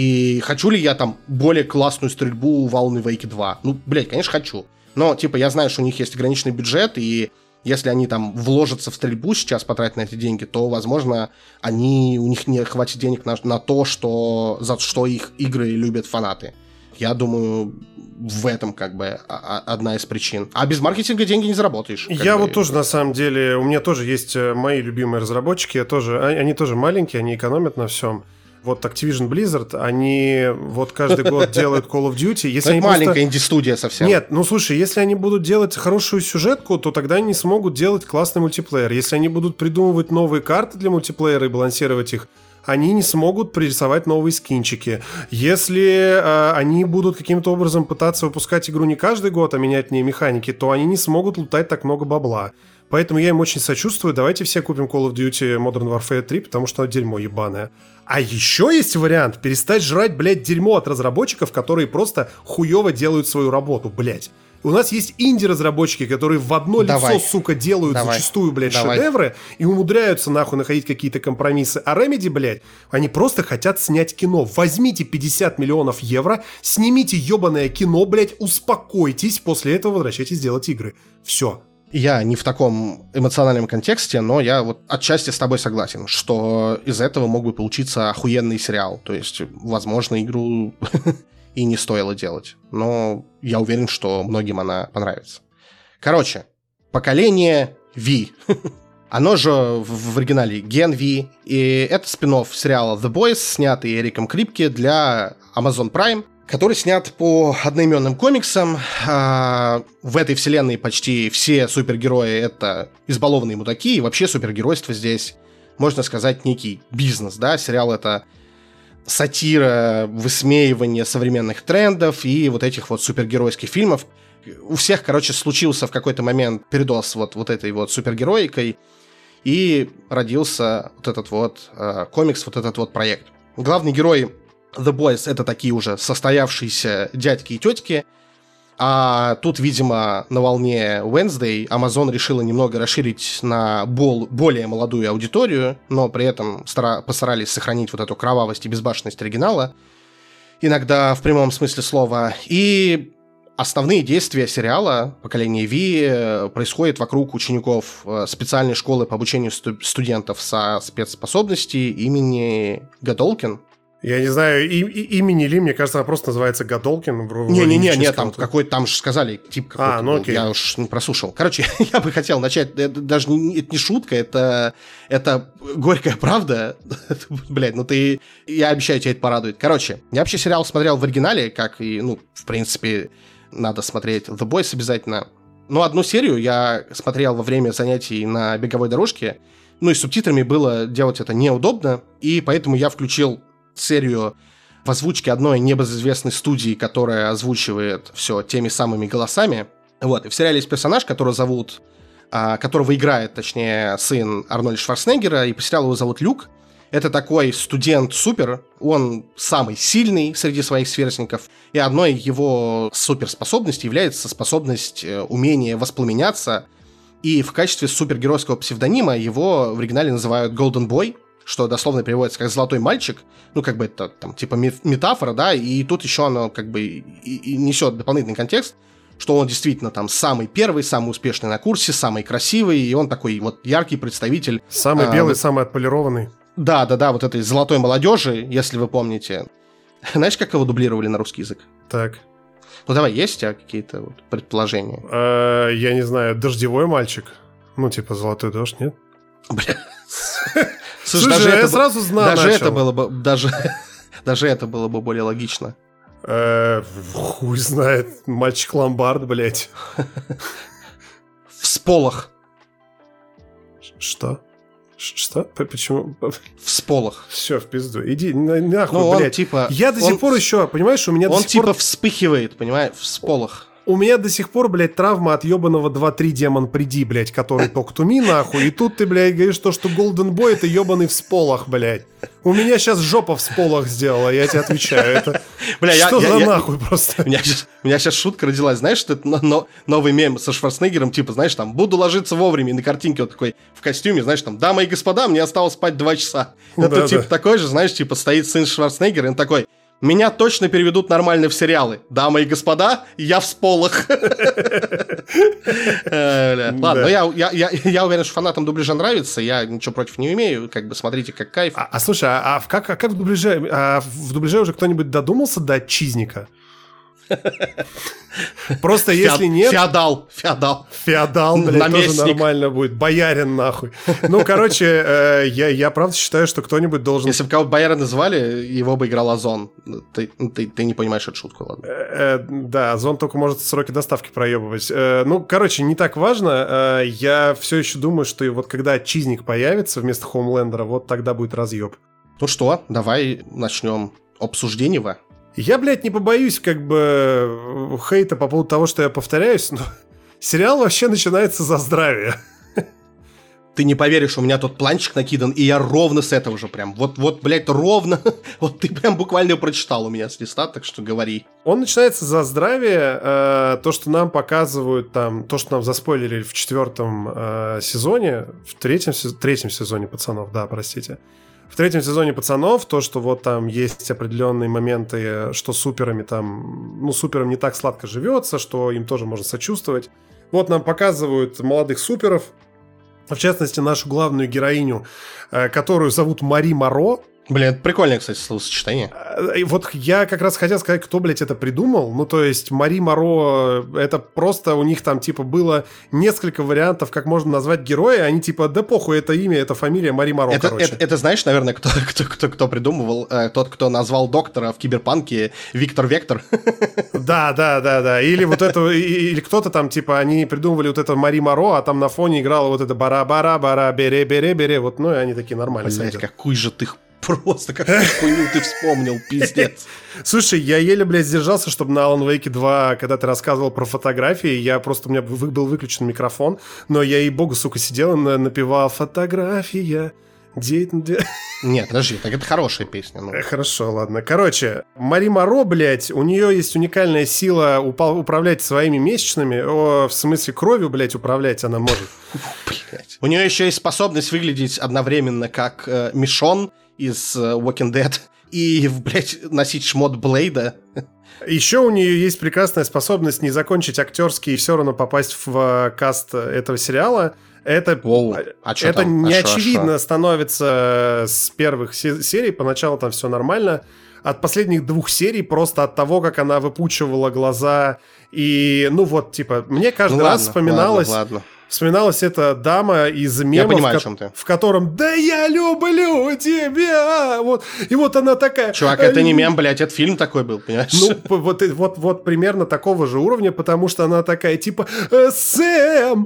И хочу ли я там более классную стрельбу в Alan Wake два? Ну, блядь, конечно, хочу. Но, типа, я знаю, что у них есть ограниченный бюджет, и если они там вложатся в стрельбу сейчас, потратят на эти деньги, то, возможно, они, у них не хватит денег на, на то, что, за что их игры любят фанаты. Я думаю, в этом как бы одна из причин. А без маркетинга деньги не заработаешь. Я бы. вот тоже, на самом деле, у меня тоже есть мои любимые разработчики, я тоже, они тоже маленькие, они экономят на всем. Вот Activision Blizzard, они вот каждый год делают Call of Duty. Если это маленькая просто... инди-студия совсем. Нет, ну слушай, если они будут делать хорошую сюжетку, то тогда они смогут делать классный мультиплеер. Если они будут придумывать новые карты для мультиплеера и балансировать их, они не смогут пририсовать новые скинчики. Если э, они будут каким-то образом пытаться выпускать игру не каждый год, а менять в ней механики, то они не смогут лутать так много бабла. Поэтому я им очень сочувствую. Давайте все купим Call of Duty Modern Warfare три, потому что оно дерьмо ебаное. А еще есть вариант перестать жрать, блядь, дерьмо от разработчиков, которые просто хуево делают свою работу, блядь. У нас есть инди-разработчики, которые в одно Давай. лицо, сука, делают Давай. зачастую, блядь, Давай. шедевры и умудряются, нахуй, находить какие-то компромиссы. А Remedy, блядь, они просто хотят снять кино. Возьмите пятьдесят миллионов евро, снимите ебаное кино, блядь, успокойтесь, после этого возвращайтесь делать игры. Все. Я не в таком эмоциональном контексте, но я вот отчасти с тобой согласен, что из этого мог бы получиться охуенный сериал. То есть, возможно, игру и не стоило делать. Но я уверен, что многим она понравится. Короче, поколение Ви. Оно же в оригинале Gen V. И это спин-офф сериала The Boys, снятый Эриком Крипке для Amazon Prime, который снят по одноименным комиксам. А, в этой вселенной почти все супергерои — это избалованные мудаки, и вообще супергеройство здесь, можно сказать, некий бизнес, да, сериал — это сатира, высмеивание современных трендов и вот этих вот супергеройских фильмов. У всех, короче, случился в какой-то момент передоз вот, вот этой вот супергероикой, и родился вот этот вот э, комикс, вот этот вот проект. Главный герой The Boys — это такие уже состоявшиеся дядьки и тетки, а тут, видимо, на волне Wednesday Amazon решила немного расширить на бол- более молодую аудиторию, но при этом стара- постарались сохранить вот эту кровавость и безбашенность оригинала, иногда в прямом смысле слова, и основные действия сериала «Поколение Ви» происходят вокруг учеников специальной школы по обучению сту- студентов со спецспособностей имени Годолкин. Я не знаю, и, и, имени ли, мне кажется, она просто называется Годолкин. Не-не-не, нет, там какой-то, там же сказали, тип какой-то. А, ну окей. Я уж не прослушал. Короче, я бы хотел начать, это даже не, это не шутка, это, это горькая правда. Блядь, ну ты, я обещаю, тебя это порадует. Короче, я вообще сериал смотрел в оригинале, как и, ну, в принципе, надо смотреть The Boys обязательно. Но одну серию я смотрел во время занятий на беговой дорожке, ну и с субтитрами было делать это неудобно, и поэтому я включил серию в озвучке одной небезызвестной студии, которая озвучивает все теми самыми голосами. Вот, и в сериале есть персонаж, которого зовут, а, которого играет, точнее, сын Арнольда Шварценеггера, и по сериалу его зовут Люк. Это такой студент-супер, он самый сильный среди своих сверстников, и одной его суперспособностей является способность, э, умение воспламеняться, и в качестве супергеройского псевдонима его в оригинале называют Golden Boy, что дословно переводится как «золотой мальчик», ну, как бы это, там, типа метафора, да, и тут еще оно, как бы, и, и несет дополнительный контекст, что он действительно там самый первый, самый успешный на курсе, самый красивый, и он такой вот яркий представитель. Самый а, белый, вот, самый отполированный. Да-да-да, вот этой золотой молодежи, если вы помните. Знаешь, как его дублировали на русский язык? Так. Ну, давай, есть у тебя какие-то вот предположения? А, я не знаю, дождевой мальчик? Ну, типа золотой дождь, нет? Бля... Слушай, Слушай даже я это, сразу знал, даже начал. это было бы даже, даже это было бы более логично. Э, хуй знает, мальчик-ломбард, блядь. Всполох. Что? Что? Почему? Всполох. Все, в пизду. Иди нахуй, ну, блядь. Он, типа, я до сих он, пор еще, понимаешь, у меня он до сих типа пор... вспыхивает, понимаешь, всполох. У меня до сих пор, блядь, травма от ебаного два-три демон приди, блядь, который только туми, нахуй. И тут ты, блядь, говоришь то, что Golden Boy — это ебаный всполох, блядь. У меня сейчас жопа всполох сделала, я тебе отвечаю. Это Бля, что я, за я, нахуй я, просто? У меня, сейчас, у меня сейчас шутка родилась, знаешь, что это но, новый мем со Шварценеггером, типа, знаешь, там, буду ложиться вовремя, и на картинке вот такой в костюме, знаешь, там, дамы и господа, мне осталось спать два часа. Это да, типа да. такой же, знаешь, типа, стоит сын Шварценеггера, и он такой... Меня точно переведут нормально в сериалы. Дамы и господа, я всполох. Ладно, я уверен, что фанатам дубляжа нравится. Я ничего против не имею. Как бы смотрите, как кайф. А слушай, а как в дубляже в дубляже уже кто-нибудь додумался до чизника? Просто если нет... Феодал, феодал. Феодал, блядь, тоже нормально будет. Боярин, нахуй. Ну, короче, э, я, я правда считаю, что кто-нибудь должен... Если бы кого-то боярина звали, его бы играл Озон. Ты, ты, ты не понимаешь эту шутку, ладно? Э, э, да, Озон только может сроки доставки проебывать. Э, ну, короче, не так важно. Э, я все еще думаю, что вот когда чизник появится вместо Хоумлендера, вот тогда будет разъеб. Ну что, давай начнем обсуждение. Я, блядь, не побоюсь как бы хейта по поводу того, что я повторяюсь, но сериал вообще начинается за здравие. Ты не поверишь, у меня тут планчик накидан, и я ровно с этого же прям. Вот, вот, блядь, ровно. Вот ты прям буквально прочитал у меня с листа, так что говори. Он начинается за здравие. Э, то, что нам показывают там, то, что нам заспойлерили в четвертом э, сезоне, в третьем, третьем сезоне «Пацанов», да, простите. В третьем сезоне «Пацанов» то, что вот там есть определенные моменты, что суперами там, ну, суперам не так сладко живется, что им тоже можно сочувствовать. Вот нам показывают молодых суперов, в частности, нашу главную героиню, которую зовут Мари Моро. Блин, прикольное, кстати, словосочетание. И вот я как раз хотел сказать, кто, блядь, это придумал. Ну, то есть, Мари Моро, это просто у них там, типа, было несколько вариантов, как можно назвать героя. Они, типа, да похуй, это имя, это фамилия Мари Моро, это, короче. Это, это знаешь, наверное, кто, кто, кто, кто придумывал? Э, тот, кто назвал доктора в Киберпанке Виктор Вектор. Да, да, да, да. Или вот это, или кто-то там, типа, они придумывали вот это Мари Моро, а там на фоне играла вот это бара-бара-бара, бере-бере-бере. Вот, ну, и они такие нормально. Блядь, какой же ты Просто какую хуйню ты вспомнил, пиздец. Слушай, я еле, блядь, сдержался, чтобы на Alan Wake два, когда ты рассказывал про фотографии, я просто, у меня был выключен микрофон, но я, ей-богу, сука, сидел и напевал «Фотография». Где... Нет, подожди, так это хорошая песня. Ну. Хорошо, ладно. Короче, Мари Моро, блядь, у нее есть уникальная сила упа- управлять своими месячными, о, в смысле кровью, блядь, управлять она может. Блядь. У нее еще есть способность выглядеть одновременно как э, Мишон из э, Walking Dead и, блядь, носить шмот Блейда. Еще у нее есть прекрасная способность не закончить актерский и все равно попасть в каст этого сериала. Это, Воу, а это там? не а очевидно шо, шо? становится с первых серий. Поначалу там все нормально. От последних двух серий просто от того, как она выпучивала глаза. И, ну вот, типа, мне каждый ну, раз ладно, вспоминалось... Ладно, ладно. Вспоминалась эта дама из мемов, Я понимаю, в, о чем ты. в котором «Да я люблю тебя!» вот. И вот она такая... Чувак, это не мем, блядь, это фильм такой был, понимаешь? Ну, вот, вот, вот примерно такого же уровня, потому что она такая, типа, «Сэм,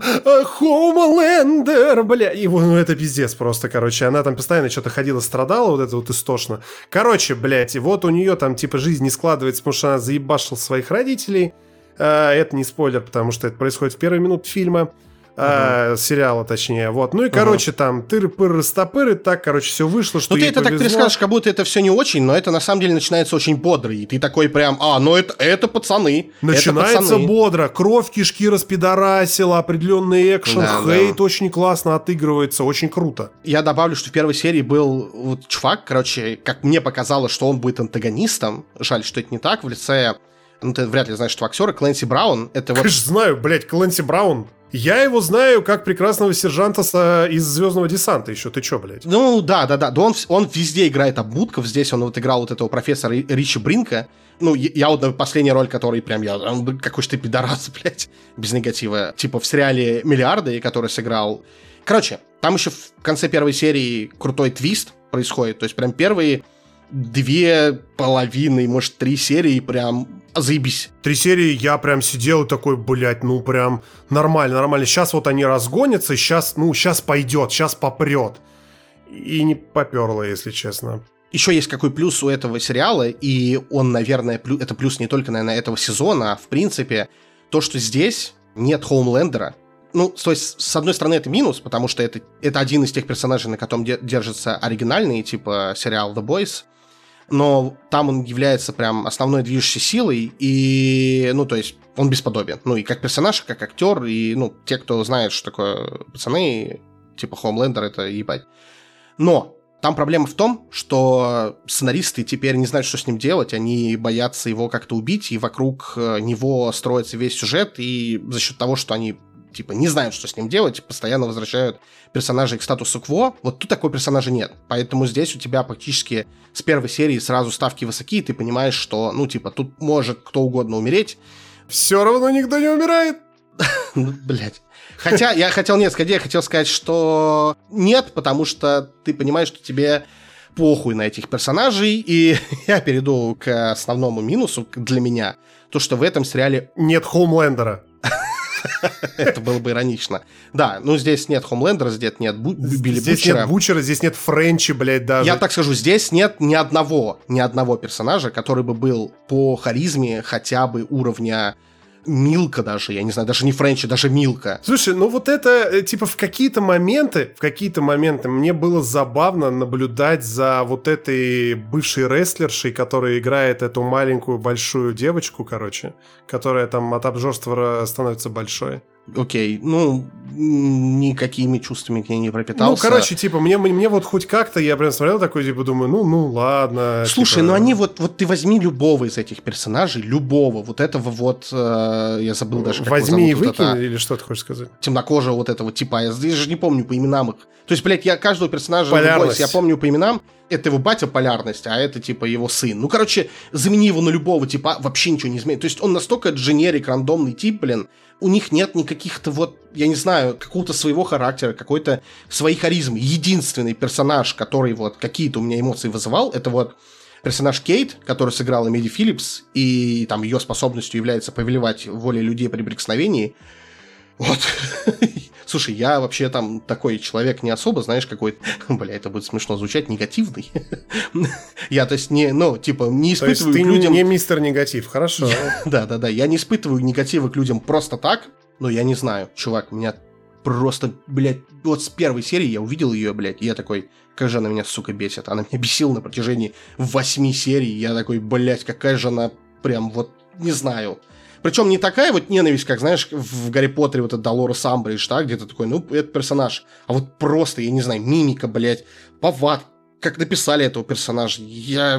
Хоумлендер», бля. И ну, это пиздец просто, короче. Она там постоянно что-то ходила, страдала, вот это вот истошно. Короче, блядь, и вот у нее там, типа, жизнь не складывается, потому что она заебашила своих родителей. А, это не спойлер, потому что это происходит в первые минуты фильма. Uh-huh. А, сериала, точнее, вот. Ну и, короче, uh-huh. там тыры-пыры-стопыры, так, короче, все вышло, что ну ты это повезло. Так перескажешь, как будто это все не очень, но это на самом деле начинается очень бодро, и ты такой прям, а, ну это, это пацаны. Начинается это пацаны. бодро, кровь, кишки распидорасила, определенный экшен, да, хейт да. очень классно отыгрывается, очень круто. Я добавлю, что в первой серии был вот чувак, короче, как мне показалось, что он будет антагонистом, жаль, что это не так, в лице, ну ты вряд ли знаешь этого актера, Клэнси Браун. Это Конечно, вот... знаю, блядь, Клэнси Браун. Я его знаю как прекрасного сержанта с, из «Звездного десанта» еще. Ты чё, блядь? Ну, да, да, да. да он, он везде играет обмутков. Здесь он вот играл вот этого профессора Ричи Бринка. Ну, я вот последняя роль, который прям я... Какой же ты пидорас, блядь. Без негатива. Типа в сериале «Миллиарды», который сыграл... Короче, там еще в конце первой серии крутой твист происходит. То есть прям первые две половины, может, три серии прям... Заебись. Три серии я прям сидел и такой, блядь, ну прям нормально, нормально. Сейчас вот они разгонятся, сейчас, ну, сейчас пойдет, сейчас попрет. И не поперло, если честно. Еще есть какой плюс у этого сериала, и он, наверное, плюс, это плюс не только, наверное, этого сезона, а в принципе, то, что здесь нет Хоумлендера. Ну, то есть, с одной стороны, это минус, потому что это, это один из тех персонажей, на котором держится оригинальный, типа сериал The Boys. Но там он является прям основной движущей силой, и, ну, то есть, он бесподобен. Ну, и как персонаж, и как актер, и, ну, те, кто знает, что такое пацаны, типа Хоумлендер, это ебать. Но там проблема в том, что сценаристы теперь не знают, что с ним делать, они боятся его как-то убить, и вокруг него строится весь сюжет, и за счет того, что они типа, не знают, что с ним делать, постоянно возвращают персонажей к статусу кво. Вот тут такой персонажа нет. Поэтому здесь у тебя практически с первой серии сразу ставки высоки, и ты понимаешь, что, ну, типа, тут может кто угодно умереть. Все равно никто не умирает. Ну, блядь. Хотя, я хотел, нет, я хотел сказать, что нет, потому что ты понимаешь, что тебе похуй на этих персонажей, и я перейду к основному минусу для меня. То, что в этом сериале... Нет Хоумлендера. Это было бы иронично. Да, ну здесь нет Хоумлендера, здесь нет Бу- Билли здесь Бутчера. Нет Бутчера, здесь нет Френчи, блядь, даже. Я так скажу, здесь нет ни одного, ни одного персонажа, который бы был по харизме хотя бы уровня Милка даже, я не знаю, даже не Френчи, даже Милка. Слушай, ну вот это, типа, в какие-то моменты, в какие-то моменты мне было забавно наблюдать за вот этой бывшей рестлершей, которая играет эту маленькую большую девочку, короче, которая там от обжорства становится большой. Окей, ну, никакими чувствами к ней не пропитался. Ну, короче, типа, мне, мне вот хоть как-то, я прям смотрел такой, типа, думаю, ну, ну, ладно. Слушай, типа... ну они вот, вот ты возьми любого из этих персонажей, любого, вот этого вот, э, я забыл даже, как возьми его зовут, и выкинь, вот это, или что ты хочешь сказать? Темнокожего вот этого типа, я же не помню по именам их. То есть, блядь, я каждого персонажа Полярность. я помню по именам, это его батя Полярность, а это, типа, его сын. Ну, короче, замени его на любого типа, вообще ничего не изменит. То есть, он настолько дженерик, рандомный тип, блин, у них нет никаких-то вот, я не знаю, какого-то своего характера, какой-то своей харизмы. Единственный персонаж, который вот какие-то у меня эмоции вызывал, это вот персонаж Кейт, который сыграла Мэдди Филлипс, и там ее способностью является повелевать волей людей при прикосновении. Вот. Слушай, я вообще там такой человек не особо, знаешь, какой-то, бля, это будет смешно звучать, негативный. Я, то есть, не, ну, типа, не испытываю к людям... ты не мистер негатив, хорошо. Да-да-да, я не испытываю негатива к людям просто так, но я не знаю, чувак, меня просто, блядь, вот с первой серии я увидел ее, блядь, и я такой, как же она меня, сука, бесит. Она меня бесила на протяжении восьми серий, я такой, блядь, какая же она прям вот, не знаю... Причем не такая вот ненависть, как, знаешь, в Гарри Поттере вот этот Долорес Амбридж, да, где ты такой, ну, это персонаж. А вот просто, я не знаю, мимика, блядь, повадка, как написали этого персонажа. Я...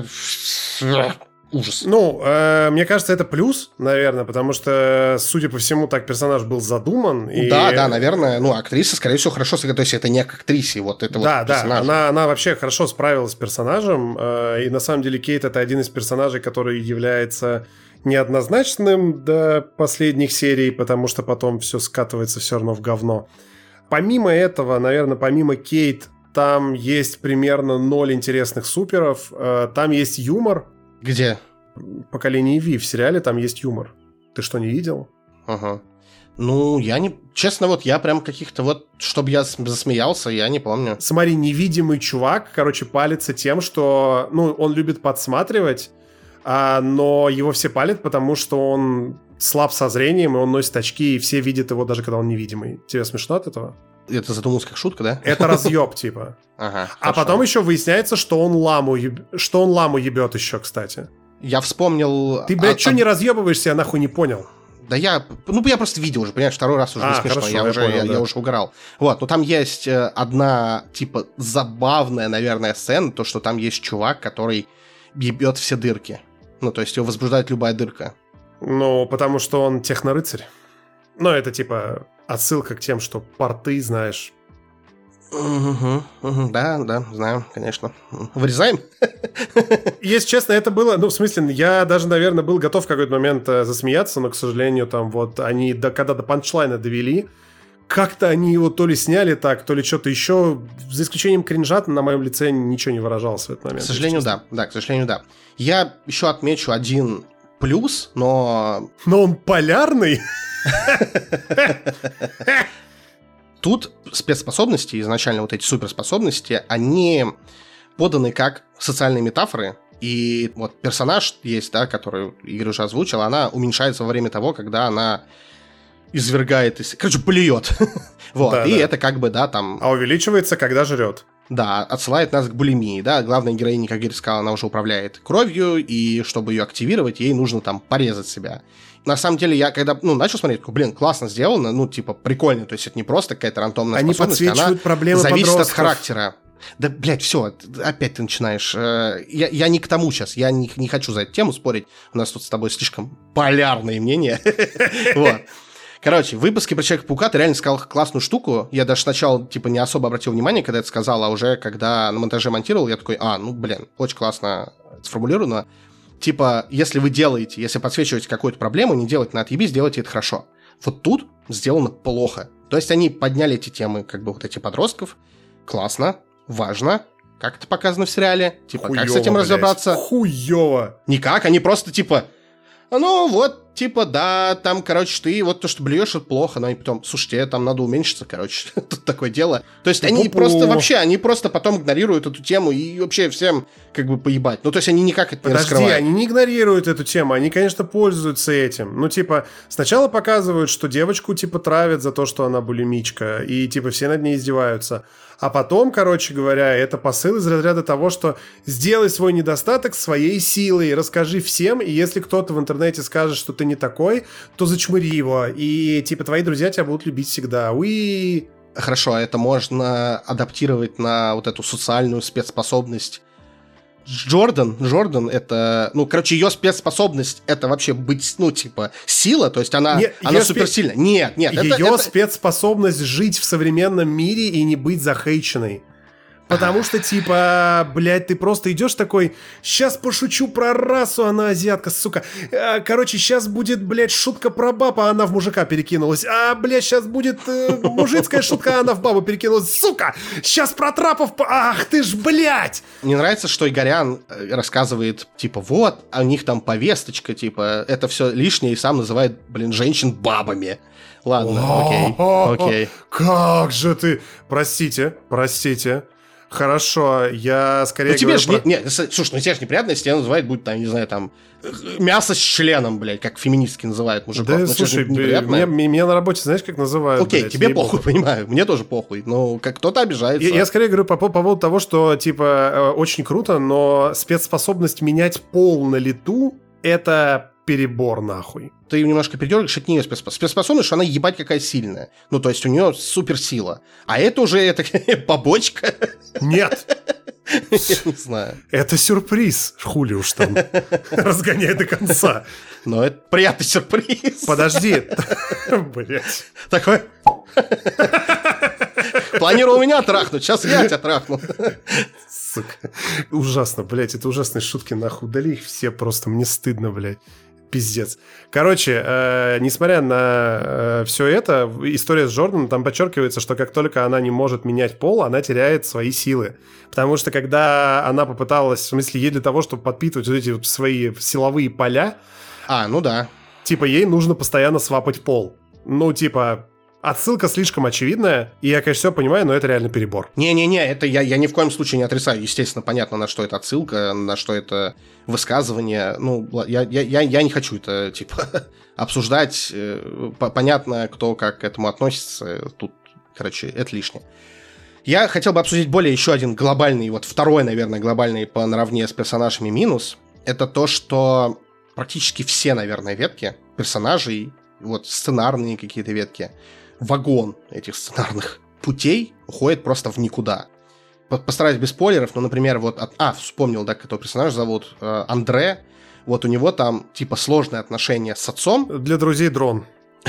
Ужас. Ну, э, мне кажется, это плюс, наверное, потому что, судя по всему, так персонаж был задуман. И... Да, да, наверное, ну, актриса, скорее всего, хорошо сыграла. То есть это не к актрисе, вот это да, вот персонаж. Да, она, она вообще хорошо справилась с персонажем. Э, и на самом деле Кейт — это один из персонажей, который является... неоднозначным до последних серий, потому что потом все скатывается все равно в говно. Помимо этого, наверное, помимо Кейт, там есть примерно ноль интересных суперов. Там есть юмор. Где? Поколение Ви в сериале там есть юмор. Ты что, не видел? Ага. Ну, я не... Честно, вот я прям каких-то вот... Чтобы я засмеялся, я не помню. Смотри, невидимый чувак, короче, палится тем, что... Ну, он любит подсматривать, А, но его все палят, потому что он слаб со зрением, и он носит очки, и все видят его, даже когда он невидимый. Тебе смешно от этого? Это задумалось как шутка, да? Это разъеб, типа. Ага, а потом еще выясняется, что он ламу, еб... что он ламу ебет еще, кстати. Я вспомнил... Ты, блядь, а, что а... не разъебываешься, я нахуй не понял. Да я... Ну, я просто видел уже, понимаешь, второй раз уже а, не смешно, хорошо, я, я, уже, понял, я, да. я уже угорал. Вот, но там есть одна, типа, забавная, наверное, сцена, то, что там есть чувак, который ебет все дырки. Ну, то есть его возбуждает любая дырка. Ну, потому что он технорыцарь. Ну, это типа отсылка к тем, что порты, знаешь. Угу, угу, да, да, знаю, конечно. Вырезаем? Если честно, это было... Ну, в смысле, я даже, наверное, был готов в какой-то момент засмеяться, но, к сожалению, там вот они, до, когда до панчлайна довели, как-то они его то ли сняли так, то ли что-то еще. За исключением кринжа на моем лице ничего не выражалось в этот момент. К сожалению, да. Да, к сожалению, да. Я еще отмечу один плюс, но... Но он полярный? Тут спецспособности, изначально вот эти суперспособности, они поданы как социальные метафоры. И вот персонаж есть, да, который Игорь уже озвучил, она уменьшается во время того, когда она... извергает, короче, плюет. Вот, да, и да. это как бы, да, там... А увеличивается, когда жрет. Да, отсылает нас к булимии, да, главная героиня, как Игорь сказал, она уже управляет кровью, и чтобы ее активировать, ей нужно там порезать себя. На самом деле, я когда, ну, начал смотреть, блин, классно сделано, ну, типа, прикольно, то есть это не просто какая-то рандомная Они способность, подсвечивают проблемы зависит подростков. от характера. Да, блядь, все, опять ты начинаешь. Я, я не к тому сейчас, я не, не хочу за эту тему спорить, у нас тут с тобой слишком полярные мнения. Вот. Короче, в выпуске про Человека-паука ты реально сказал классную штуку. Я даже сначала, типа, не особо обратил внимание, когда это сказал, а уже когда на монтаже монтировал, я такой, а, ну, блин, очень классно сформулировано. Типа, если вы делаете, если подсвечиваете какую-то проблему, не делайте на отъебись, сделайте это хорошо. Вот тут сделано плохо. То есть они подняли эти темы, как бы, вот эти подростков. Классно, важно. Как это показано в сериале? Типа, хуёво, как с этим блядь. разобраться? Хуёво. Никак, они просто, типа, ну, вот, типа, да, там, короче, ты вот то, что блюешь, это плохо, но они потом, слушайте, там надо уменьшиться, короче, тут такое дело. То есть они Пу-пу. просто вообще, они просто потом игнорируют эту тему и вообще всем как бы поебать. Ну, то есть они никак это Подожди, не раскрывают. Подожди, они не игнорируют эту тему, они, конечно, пользуются этим. Ну, типа, сначала показывают, что девочку, типа, травят за то, что она булимичка, и, типа, все над ней издеваются. А потом, короче говоря, это посыл из разряда того, что сделай свой недостаток своей силой, расскажи всем, и если кто-то в интернете скажет, что ты не такой, то зачмыри его, и, типа, твои друзья тебя будут любить всегда. Уи! Хорошо, это можно адаптировать на вот эту социальную спецспособность. Джордан, Джордан, это, ну, короче, ее спецспособность это вообще быть, ну, типа, сила, то есть она, нет, она суперсильна. Спе... Нет, нет. Ее это, это... спецспособность жить в современном мире и не быть захейченной. Потому что, типа, блядь, ты просто идешь такой, сейчас пошучу про расу, она азиатка, сука. А, короче, сейчас будет, блядь, шутка про бабу, а она в мужика перекинулась. А, блядь, сейчас будет э, мужицкая шутка, а она в бабу перекинулась. Сука, сейчас про трапов... Ах ты ж, блядь! Мне нравится, что Игорян рассказывает, типа, вот, а у них там повесточка, типа, это все лишнее, и сам называет, блин, женщин бабами. Ладно, окей, окей. Как же ты... Простите, простите. Хорошо, я скорее ну, тебе говорю... ж Про... не, не, слушай, ну тебе же неприятно, если тебя называют, будет там, не знаю, там, мясо с членом, блядь, как феминистки называют мужиков. Да, ну, слушай, меня, меня на работе, знаешь, как называют? Окей, блядь, тебе ей-богу. похуй, понимаю, мне тоже похуй, но как кто-то обижается. Я, я скорее говорю по, по поводу того, что, типа, очень круто, но спецспособность менять пол на лету — это перебор, нахуй. Ты немножко передергаешь, это не ее спецспособность. Спецспособность, что она ебать какая сильная. Ну, то есть у нее суперсила. А это уже это, побочка. Нет. Я не знаю. Это сюрприз. Хули уж там. Разгоняй до конца. Но это приятный сюрприз. Подожди. Блять. Такой... Планировал меня трахнуть, сейчас я тебя трахну. Сука. Ужасно, блять, это ужасные шутки, нахуй. Удали их все просто, мне стыдно, блять. Пиздец. Короче, э, несмотря на э, все это, история с Джорданом, там подчеркивается, что как только она не может менять пол, она теряет свои силы. Потому что когда она попыталась, в смысле, ей для того, чтобы подпитывать вот эти вот свои силовые поля, а, ну да. Типа, ей нужно постоянно свапать пол. Ну, типа... Отсылка слишком очевидная, и я, конечно, все понимаю, но это реально перебор. Не-не-не, это я, я ни в коем случае не отрицаю. Естественно, понятно, на что это отсылка, на что это высказывание. Ну, я, я, я, я не хочу это, типа, обсуждать. Понятно, кто как к этому относится. Тут, короче, это лишнее. Я хотел бы обсудить более еще один глобальный, вот второй, наверное, глобальный по наравне с персонажами минус. Это то, что практически все, наверное, ветки персонажей, вот сценарные какие-то ветки, вагон этих сценарных путей уходит просто в никуда. Постараюсь без спойлеров, но, например, вот... От... А, вспомнил, да, этого персонажа зовут э, Андре. Вот у него там, типа, сложные отношения с отцом. Для друзей дрон.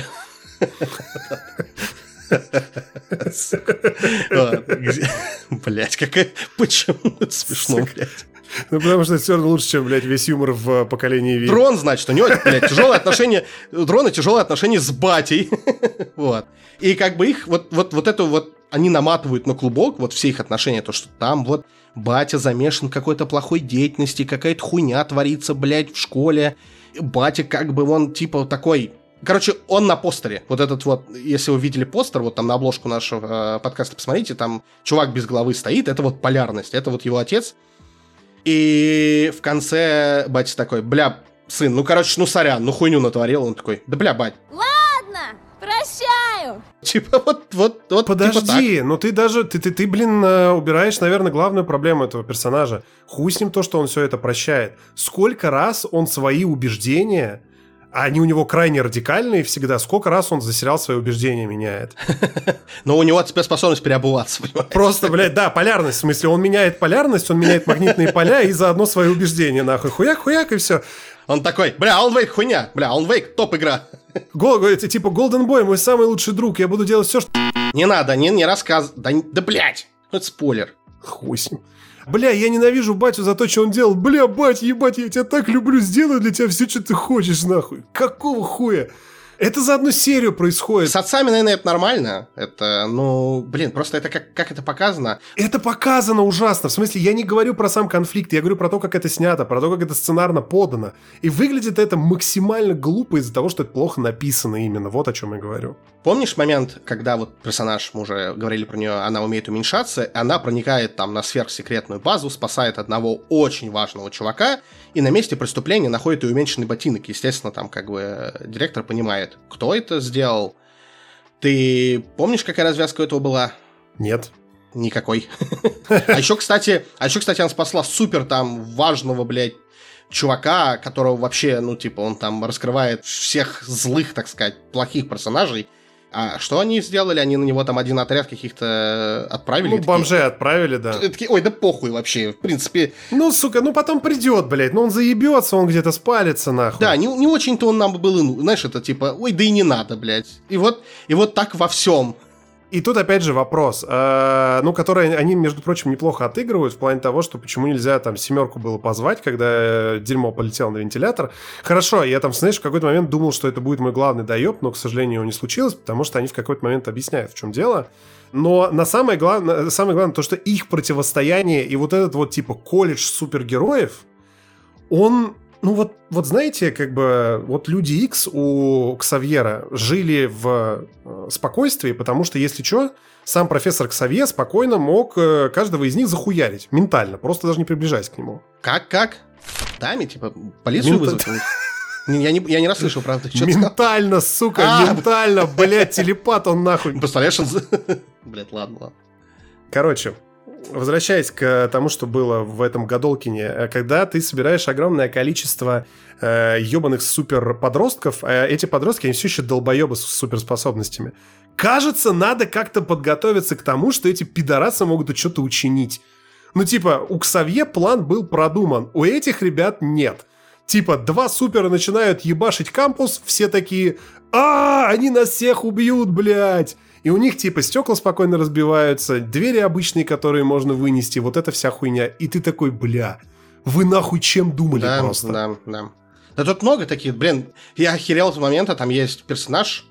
Блять, какая... Почему это смешно, блядь? Ну, потому что это все равно лучше, чем, блядь, весь юмор в поколении Ви. Дрон, значит, у него, блядь, тяжелые отношения... Дрона тяжелые отношения с батей. Вот. И как бы их... Вот, вот, вот это вот... Они наматывают на клубок, вот все их отношения, то, что там вот батя замешан в какой-то плохой деятельности, какая-то хуйня творится, блядь, в школе. Батя как бы, он типа такой... Короче, он на постере. Вот этот вот, если вы видели постер, вот там на обложку нашего э, подкаста посмотрите, там чувак без головы стоит, это вот полярность, это вот его отец. И в конце батя такой, бля, сын, ну, короче, ну, сорян, ну, хуйню натворил. Он такой, да, бля, бать. Ладно, прощаю. Типа, вот, вот, вот. Подожди, типа ну ты даже, ты, ты, ты, блин, убираешь, наверное, главную проблему этого персонажа. Хуй с ним то, что он все это прощает. Сколько раз он свои убеждения... А они у него крайне радикальные всегда. Сколько раз он за сериал свои убеждения меняет? Но у него теперь способность переобуваться. Просто, блядь, да, полярность. В смысле, он меняет полярность, он меняет магнитные поля и заодно свои убеждения, нахуй. Хуяк-хуяк и все. Он такой, бля, Alan Wake хуйня. Бля, Alan Wake топ-игра. Гол, говорит, типа, Golden Boy, мой самый лучший друг. Я буду делать все, что... Не надо, не, не рассказывай. Да, да, блядь. Это спойлер. Хуй с ним. Бля, я ненавижу батю за то, что он делал. Бля, бать, ебать, я тебя так люблю, сделаю для тебя все, что ты хочешь, нахуй. Какого хуя? Это за одну серию происходит. С отцами, наверное, это нормально. Это, ну, блин, просто это как, как это показано. Это показано ужасно. В смысле, я не говорю про сам конфликт, я говорю про то, как это снято, про то, как это сценарно подано. И выглядит это максимально глупо из-за того, что это плохо написано именно. Вот о чем я говорю. Помнишь момент, когда вот персонаж, мы уже говорили про нее, она умеет уменьшаться, она проникает там на сверхсекретную базу, спасает одного очень важного чувака, и на месте преступления находит и уменьшенный ботинок. Естественно, там как бы директор понимает, кто это сделал. Ты помнишь, какая развязка у этого была? Нет. Никакой. А еще, кстати, а еще, кстати, она спасла супер там важного, блядь, чувака, которого вообще, ну, типа, он там раскрывает всех злых, так сказать, плохих персонажей. А что они сделали? Они на него там один отряд каких-то отправили. Ну, бомжей отправили, да. Такие, ой, да похуй вообще, в принципе. Ну, сука, ну потом придет, блядь. Ну, он заебется, он где-то спалится, нахуй. Да, не, не очень-то он нам был, ну, знаешь, это типа, ой, да и не надо, блядь. И вот, и вот так во всем. И тут опять же вопрос, э, ну, который они, между прочим, неплохо отыгрывают в плане того, что почему нельзя там семерку было позвать, когда дерьмо полетело на вентилятор. Хорошо, я там, знаешь, в какой-то момент думал, что это будет мой главный доеб, но, к сожалению, его не случилось, потому что они в какой-то момент объясняют, в чем дело. Но на самое главное, самое главное то, что их противостояние и вот этот вот типа колледж супергероев, он... Ну вот, вот знаете, как бы вот Люди Икс у Ксавьера жили в э, спокойствии, потому что, если что, сам профессор Ксавье спокойно мог э, каждого из них захуярить ментально, просто даже не приближаясь к нему. Как-как? Даме, типа, полицию Мента... вызвать? Я не, я не расслышал, правда. Ментально, сука, а, ментально, блядь, телепат он нахуй. Представляешь, он... Блядь, ладно, ладно. Короче, возвращаясь к тому, что было в этом Годолкине, когда ты собираешь огромное количество э, ебаных супер-подростков, э, эти подростки, они все еще долбоебы с суперспособностями. Кажется, надо как-то подготовиться к тому, что эти пидорасы могут что-то учинить. Ну, типа, у Ксавье план был продуман, у этих ребят нет. Типа, два супера начинают ебашить кампус, все такие: «А, они нас всех убьют, блядь!» И у них, типа, стекла спокойно разбиваются, двери обычные, которые можно вынести, вот эта вся хуйня. И ты такой: бля, вы нахуй чем думали да, просто? Да, да. Да тут много таких, блин, я охерел с момента, там есть персонаж,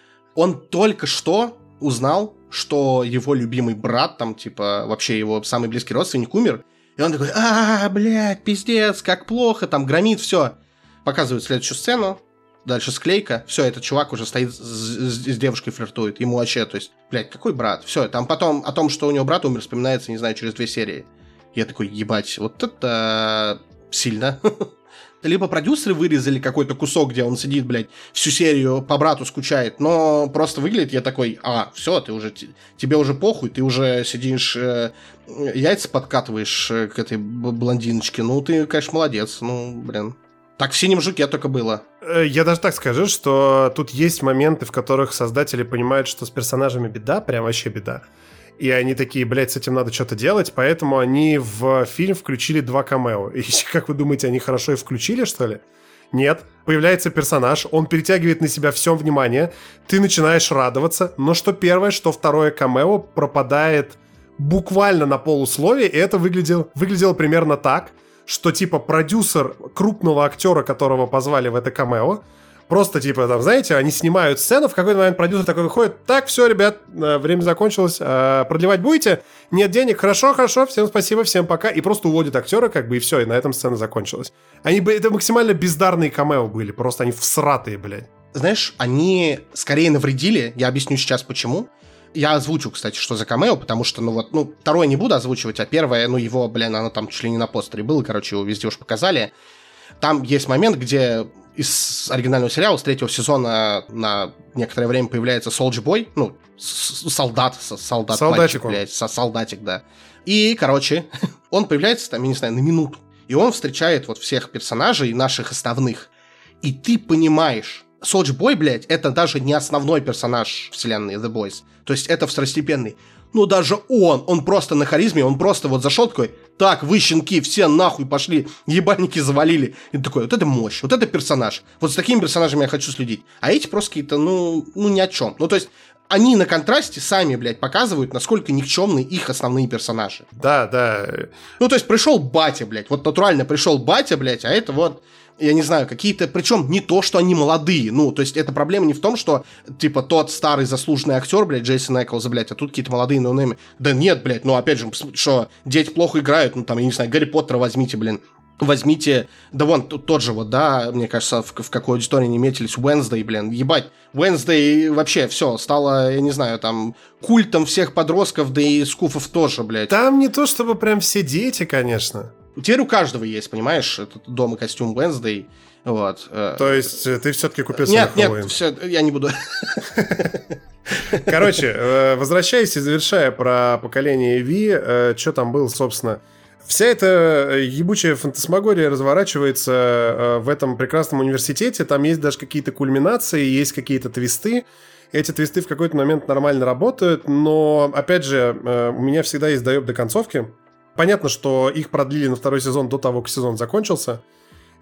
он только что узнал, что его любимый брат, там, типа, вообще его самый близкий родственник умер, и он такой: а, блядь, пиздец, как плохо, там, громит, все. Показывают следующую сцену, дальше склейка, все, этот чувак уже стоит с, с, с девушкой флиртует, ему вообще, то есть, блядь, какой брат? Все, там потом о том, что у него брат умер, вспоминается, не знаю, через две серии. Я такой: ебать, вот это сильно. Либо продюсеры вырезали какой-то кусок, где он сидит, блядь, всю серию по брату скучает, но просто выглядит, я такой: а, все, ты уже, тебе уже похуй, ты уже сидишь, э, яйца подкатываешь э, к этой блондиночке, ну, ты, конечно, молодец, ну, блин. Так в «Синем жуке» только было. Я даже так скажу, что тут есть моменты, в которых создатели понимают, что с персонажами беда, прям вообще беда. И они такие: блядь, с этим надо что-то делать, поэтому они в фильм включили два камео. И как вы думаете, они хорошо и включили, что ли? Нет. Появляется персонаж, он перетягивает на себя все внимание, ты начинаешь радоваться, но что первое, что второе камео пропадает буквально на полусловие, и это выглядело, выглядело примерно так, что типа продюсер крупного актера, которого позвали в это камео, просто типа там, знаете, они снимают сцену, в какой-то момент продюсер такой выходит: так, все, ребят, время закончилось, продлевать будете? Нет денег? Хорошо, хорошо, всем спасибо, всем пока. И просто уводит актера, как бы, и все, и на этом сцена закончилась. Они бы, это максимально бездарные камео были, просто они всратые, блядь. Знаешь, они скорее навредили, я объясню сейчас почему. Я озвучу, кстати, что за камео, потому что, ну вот, ну, второе не буду озвучивать, а первое, ну, его, блин, оно там чуть ли не на постере было, короче, его везде уж показали. Там есть момент, где из оригинального сериала, с третьего сезона на некоторое время появляется Soldier Boy, ну, солдат, солдат, солдатик, мальчик, блядь, солдатик, да. И, короче, он появляется там, я не знаю, на минуту, и он встречает вот всех персонажей наших основных, и ты понимаешь, Soldier Boy, блядь, это даже не основной персонаж вселенной The Boys. То есть это второстепенный. Но даже он, он просто на харизме, он просто вот зашел такой: так, вы, щенки, все нахуй пошли, ебальники завалили. И такой: вот это мощь, вот это персонаж. Вот с такими персонажами я хочу следить. А эти просто какие-то, ну, ну ни о чем. Ну, то есть они на контрасте сами, блядь, показывают, насколько никчемны их основные персонажи. Да, да. Ну, то есть пришел батя, блядь, вот натурально пришел батя, блядь, а это вот... Я не знаю, какие-то... Причем не то, что они молодые. Ну, то есть, эта проблема не в том, что, типа, тот старый заслуженный актер, блядь, Джейсон Эклз, блядь, а тут какие-то молодые ноунеймы. Да нет, блядь, ну, опять же, что, дети плохо играют, ну, там, я не знаю, Гарри Поттера возьмите, блин. Возьмите... Да вон, тот, тот же вот, да, мне кажется, в, в какой аудитории не метились, Уэнсдей, блин, ебать. Уэнсдей вообще все стало, я не знаю, там, культом всех подростков, да и скуфов тоже, блядь. Там не то, чтобы прям все дети, конечно. Теперь у каждого есть, понимаешь, этот дом и костюм Уэнсдей. Вот. То есть ты все-таки купил себе Нет, нет, все, я не буду. Короче, возвращаясь и завершая про поколение Ви, что там было, собственно. Вся эта ебучая фантасмагория разворачивается в этом прекрасном университете. Там есть даже какие-то кульминации, есть какие-то твисты. Эти твисты в какой-то момент нормально работают, но, опять же, у меня всегда есть доеб до концовки. Понятно, что их продлили на второй сезон до того, как сезон закончился.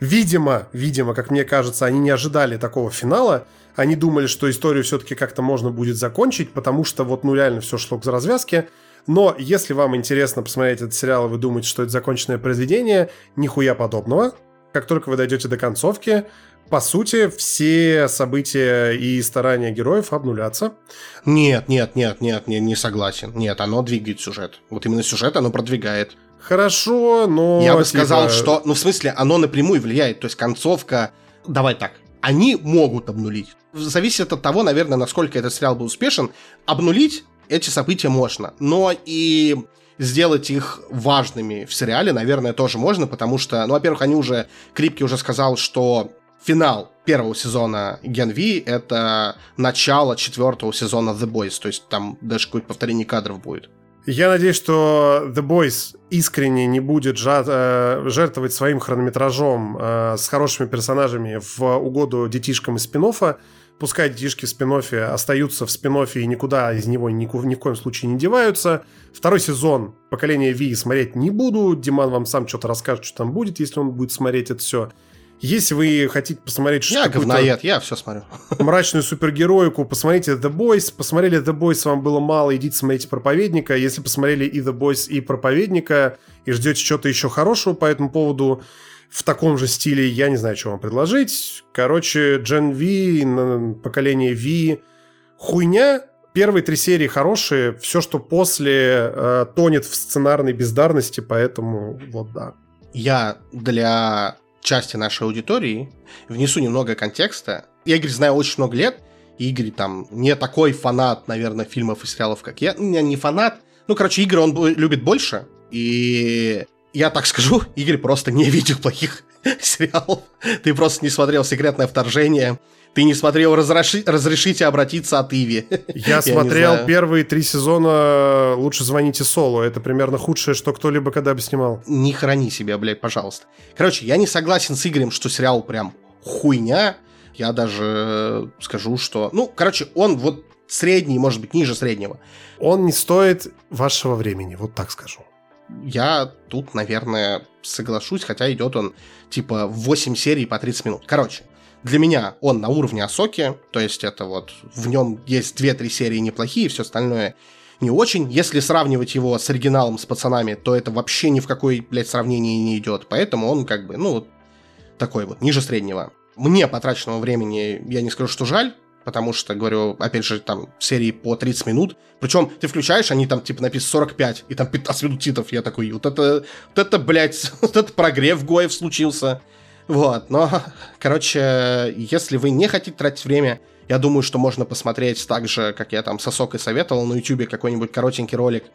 Видимо, видимо, как мне кажется, они не ожидали такого финала. Они думали, что историю все-таки как-то можно будет закончить, потому что вот ну реально все шло к развязке. Но если вам интересно посмотреть этот сериал, и вы думаете, что это законченное произведение, нихуя подобного. Как только вы дойдете до концовки, по сути, все события и старания героев обнулятся. Нет, нет, нет, нет, не, не согласен. Нет, оно двигает сюжет. Вот именно сюжет оно продвигает. Хорошо, но... Я бы типа... сказал, что... Ну, в смысле, оно напрямую влияет. То есть концовка... Давай так. Они могут обнулить. Зависит от того, наверное, насколько этот сериал был успешен. Обнулить эти события можно. Но и сделать их важными в сериале, наверное, тоже можно, потому что, ну, во-первых, они уже... Крипки уже сказал, что финал первого сезона Gen V — это начало четвертого сезона The Boys. То есть там даже какое-то повторение кадров будет. Я надеюсь, что The Boys искренне не будет жертвовать своим хронометражом с хорошими персонажами в угоду детишкам из спин-оффа. Пускай детишки в спин-оффе остаются в спин-оффе и никуда из него ни, ни в коем случае не деваются. Второй сезон «Поколение Ви» смотреть не буду. Диман вам сам что-то расскажет, что там будет, если он будет смотреть это все. Если вы хотите посмотреть... Я говноед, я все смотрю. Мрачную супергероику, посмотрите The Boys. Посмотрели The Boys, вам было мало, идите смотрите «Проповедника». Если посмотрели и The Boys, и «Проповедника», и ждете чего-то еще хорошего по этому поводу, в таком же стиле, я не знаю, что вам предложить. Короче, Gen V, поколение V, хуйня. Первые три серии хорошие, все, что после, э, тонет в сценарной бездарности, поэтому вот да. Я для части нашей аудитории внесу немного контекста. Я Игорь знаю очень много лет. Игорь там не такой фанат, наверное, фильмов и сериалов, как я. Ну, не фанат. Ну, короче, Игорь он любит больше. И я так скажу, Игорь просто не видел плохих сериалов. Ты просто не смотрел «Секретное вторжение». Ты не смотрел «Разреши... «Разрешите обратиться от Иви». Я, я смотрел первые три сезона «Лучше звоните Солу». Это примерно худшее, что кто-либо когда бы снимал. Не храни себя, блядь, пожалуйста. Короче, я не согласен с Игорем, что сериал прям хуйня. Я даже скажу, что... Ну, короче, он вот средний, может быть, ниже среднего. Он не стоит вашего времени, вот так скажу. Я тут, наверное, соглашусь, хотя идет он типа восемь серий по тридцать минут. Короче, для меня он на уровне Асоки, то есть это вот в нем есть две-три серии неплохие, все остальное не очень. Если сравнивать его с оригиналом, с пацанами, то это вообще ни в какое, блядь, сравнение не идет. Поэтому он как бы, ну, вот такой вот, ниже среднего. Мне потраченного времени, я не скажу, что жаль, потому что, говорю, опять же, там серии по тридцать минут. Причем ты включаешь, они там типа написано сорок пять, и там пятнадцать минут титров. Я такой, вот это, вот это, блядь, вот это прогрев Гоев случился. Вот, но, короче, если вы не хотите тратить время, я думаю, что можно посмотреть так же, как я там с Асокой советовал, на ютубе какой-нибудь коротенький ролик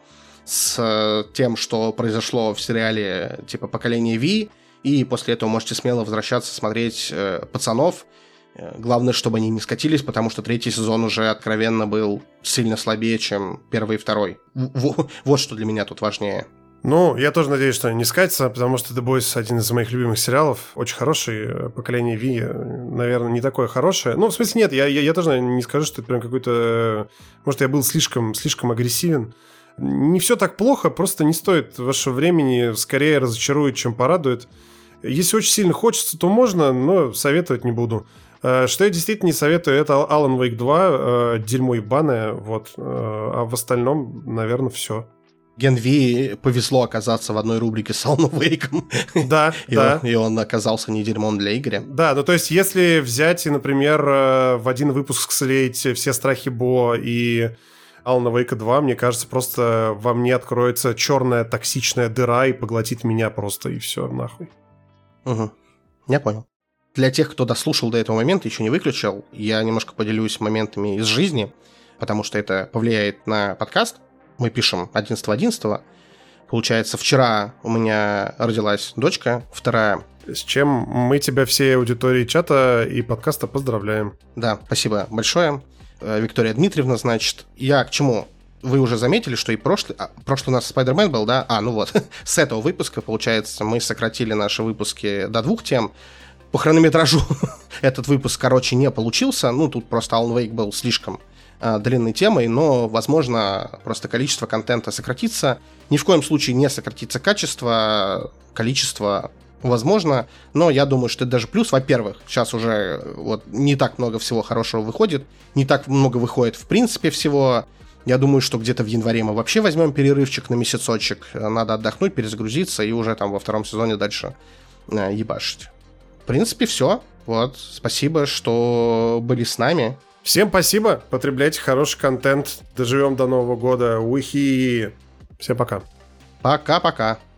с тем, что произошло в сериале типа «Поколение Ви», и после этого можете смело возвращаться смотреть э, «Пацанов». Главное, чтобы они не скатились, потому что третий сезон уже откровенно был сильно слабее, чем первый и второй. В- вот что для меня тут важнее. Ну, я тоже надеюсь, что они не скатятся, потому что The Boys один из моих любимых сериалов, очень хороший. «Поколение Ви», наверное, не такое хорошее. Ну, в смысле, нет, я, я, я тоже не скажу, что это прям какой-то... Может, я был слишком, слишком агрессивен. Не все так плохо, просто не стоит вашего времени, скорее разочарует, чем порадует. Если очень сильно хочется, то можно, но советовать не буду. Что я действительно не советую, это Alan Wake два, дерьмо ебаное, вот. А в остальном, наверное, все. Gen V повезло оказаться в одной рубрике с Alan Wake. Да, и да. Он, и он оказался не дерьмом для Игоря. Да, ну то есть если взять и, например, в один выпуск слеять все страхи Бо и Alan Wake два, мне кажется, просто во мне откроется черная токсичная дыра и поглотит меня просто, и все, нахуй. Угу. Я понял. Для тех, кто дослушал до этого момента, еще не выключил, я немножко поделюсь моментами из жизни, потому что это повлияет на подкаст. Мы пишем одиннадцатого одиннадцатого. Получается, вчера у меня родилась дочка, вторая. С чем мы тебя всей аудитории чата и подкаста поздравляем. Да, спасибо большое. Виктория Дмитриевна, значит. Я к чему? Вы уже заметили, что и прошлый... А, прошлый у нас Спайдермен был, да? А, ну вот. С этого выпуска, получается, мы сократили наши выпуски до двух тем. По хронометражу этот выпуск, короче, не получился. Ну, тут просто Alan Wake был слишком э, длинной темой, но, возможно, просто количество контента сократится. Ни в коем случае не сократится качество, количество возможно, но я думаю, что это даже плюс. Во-первых, сейчас уже вот не так много всего хорошего выходит, не так много выходит в принципе всего. Я думаю, что где-то в январе мы вообще возьмем перерывчик на месяцочек, надо отдохнуть, перезагрузиться и уже там во втором сезоне дальше э, ебашить. В принципе, все. Вот, спасибо, что были с нами. Всем спасибо, потребляйте хороший контент, доживем до Нового года. Ухи! Всем пока. Пока-пока.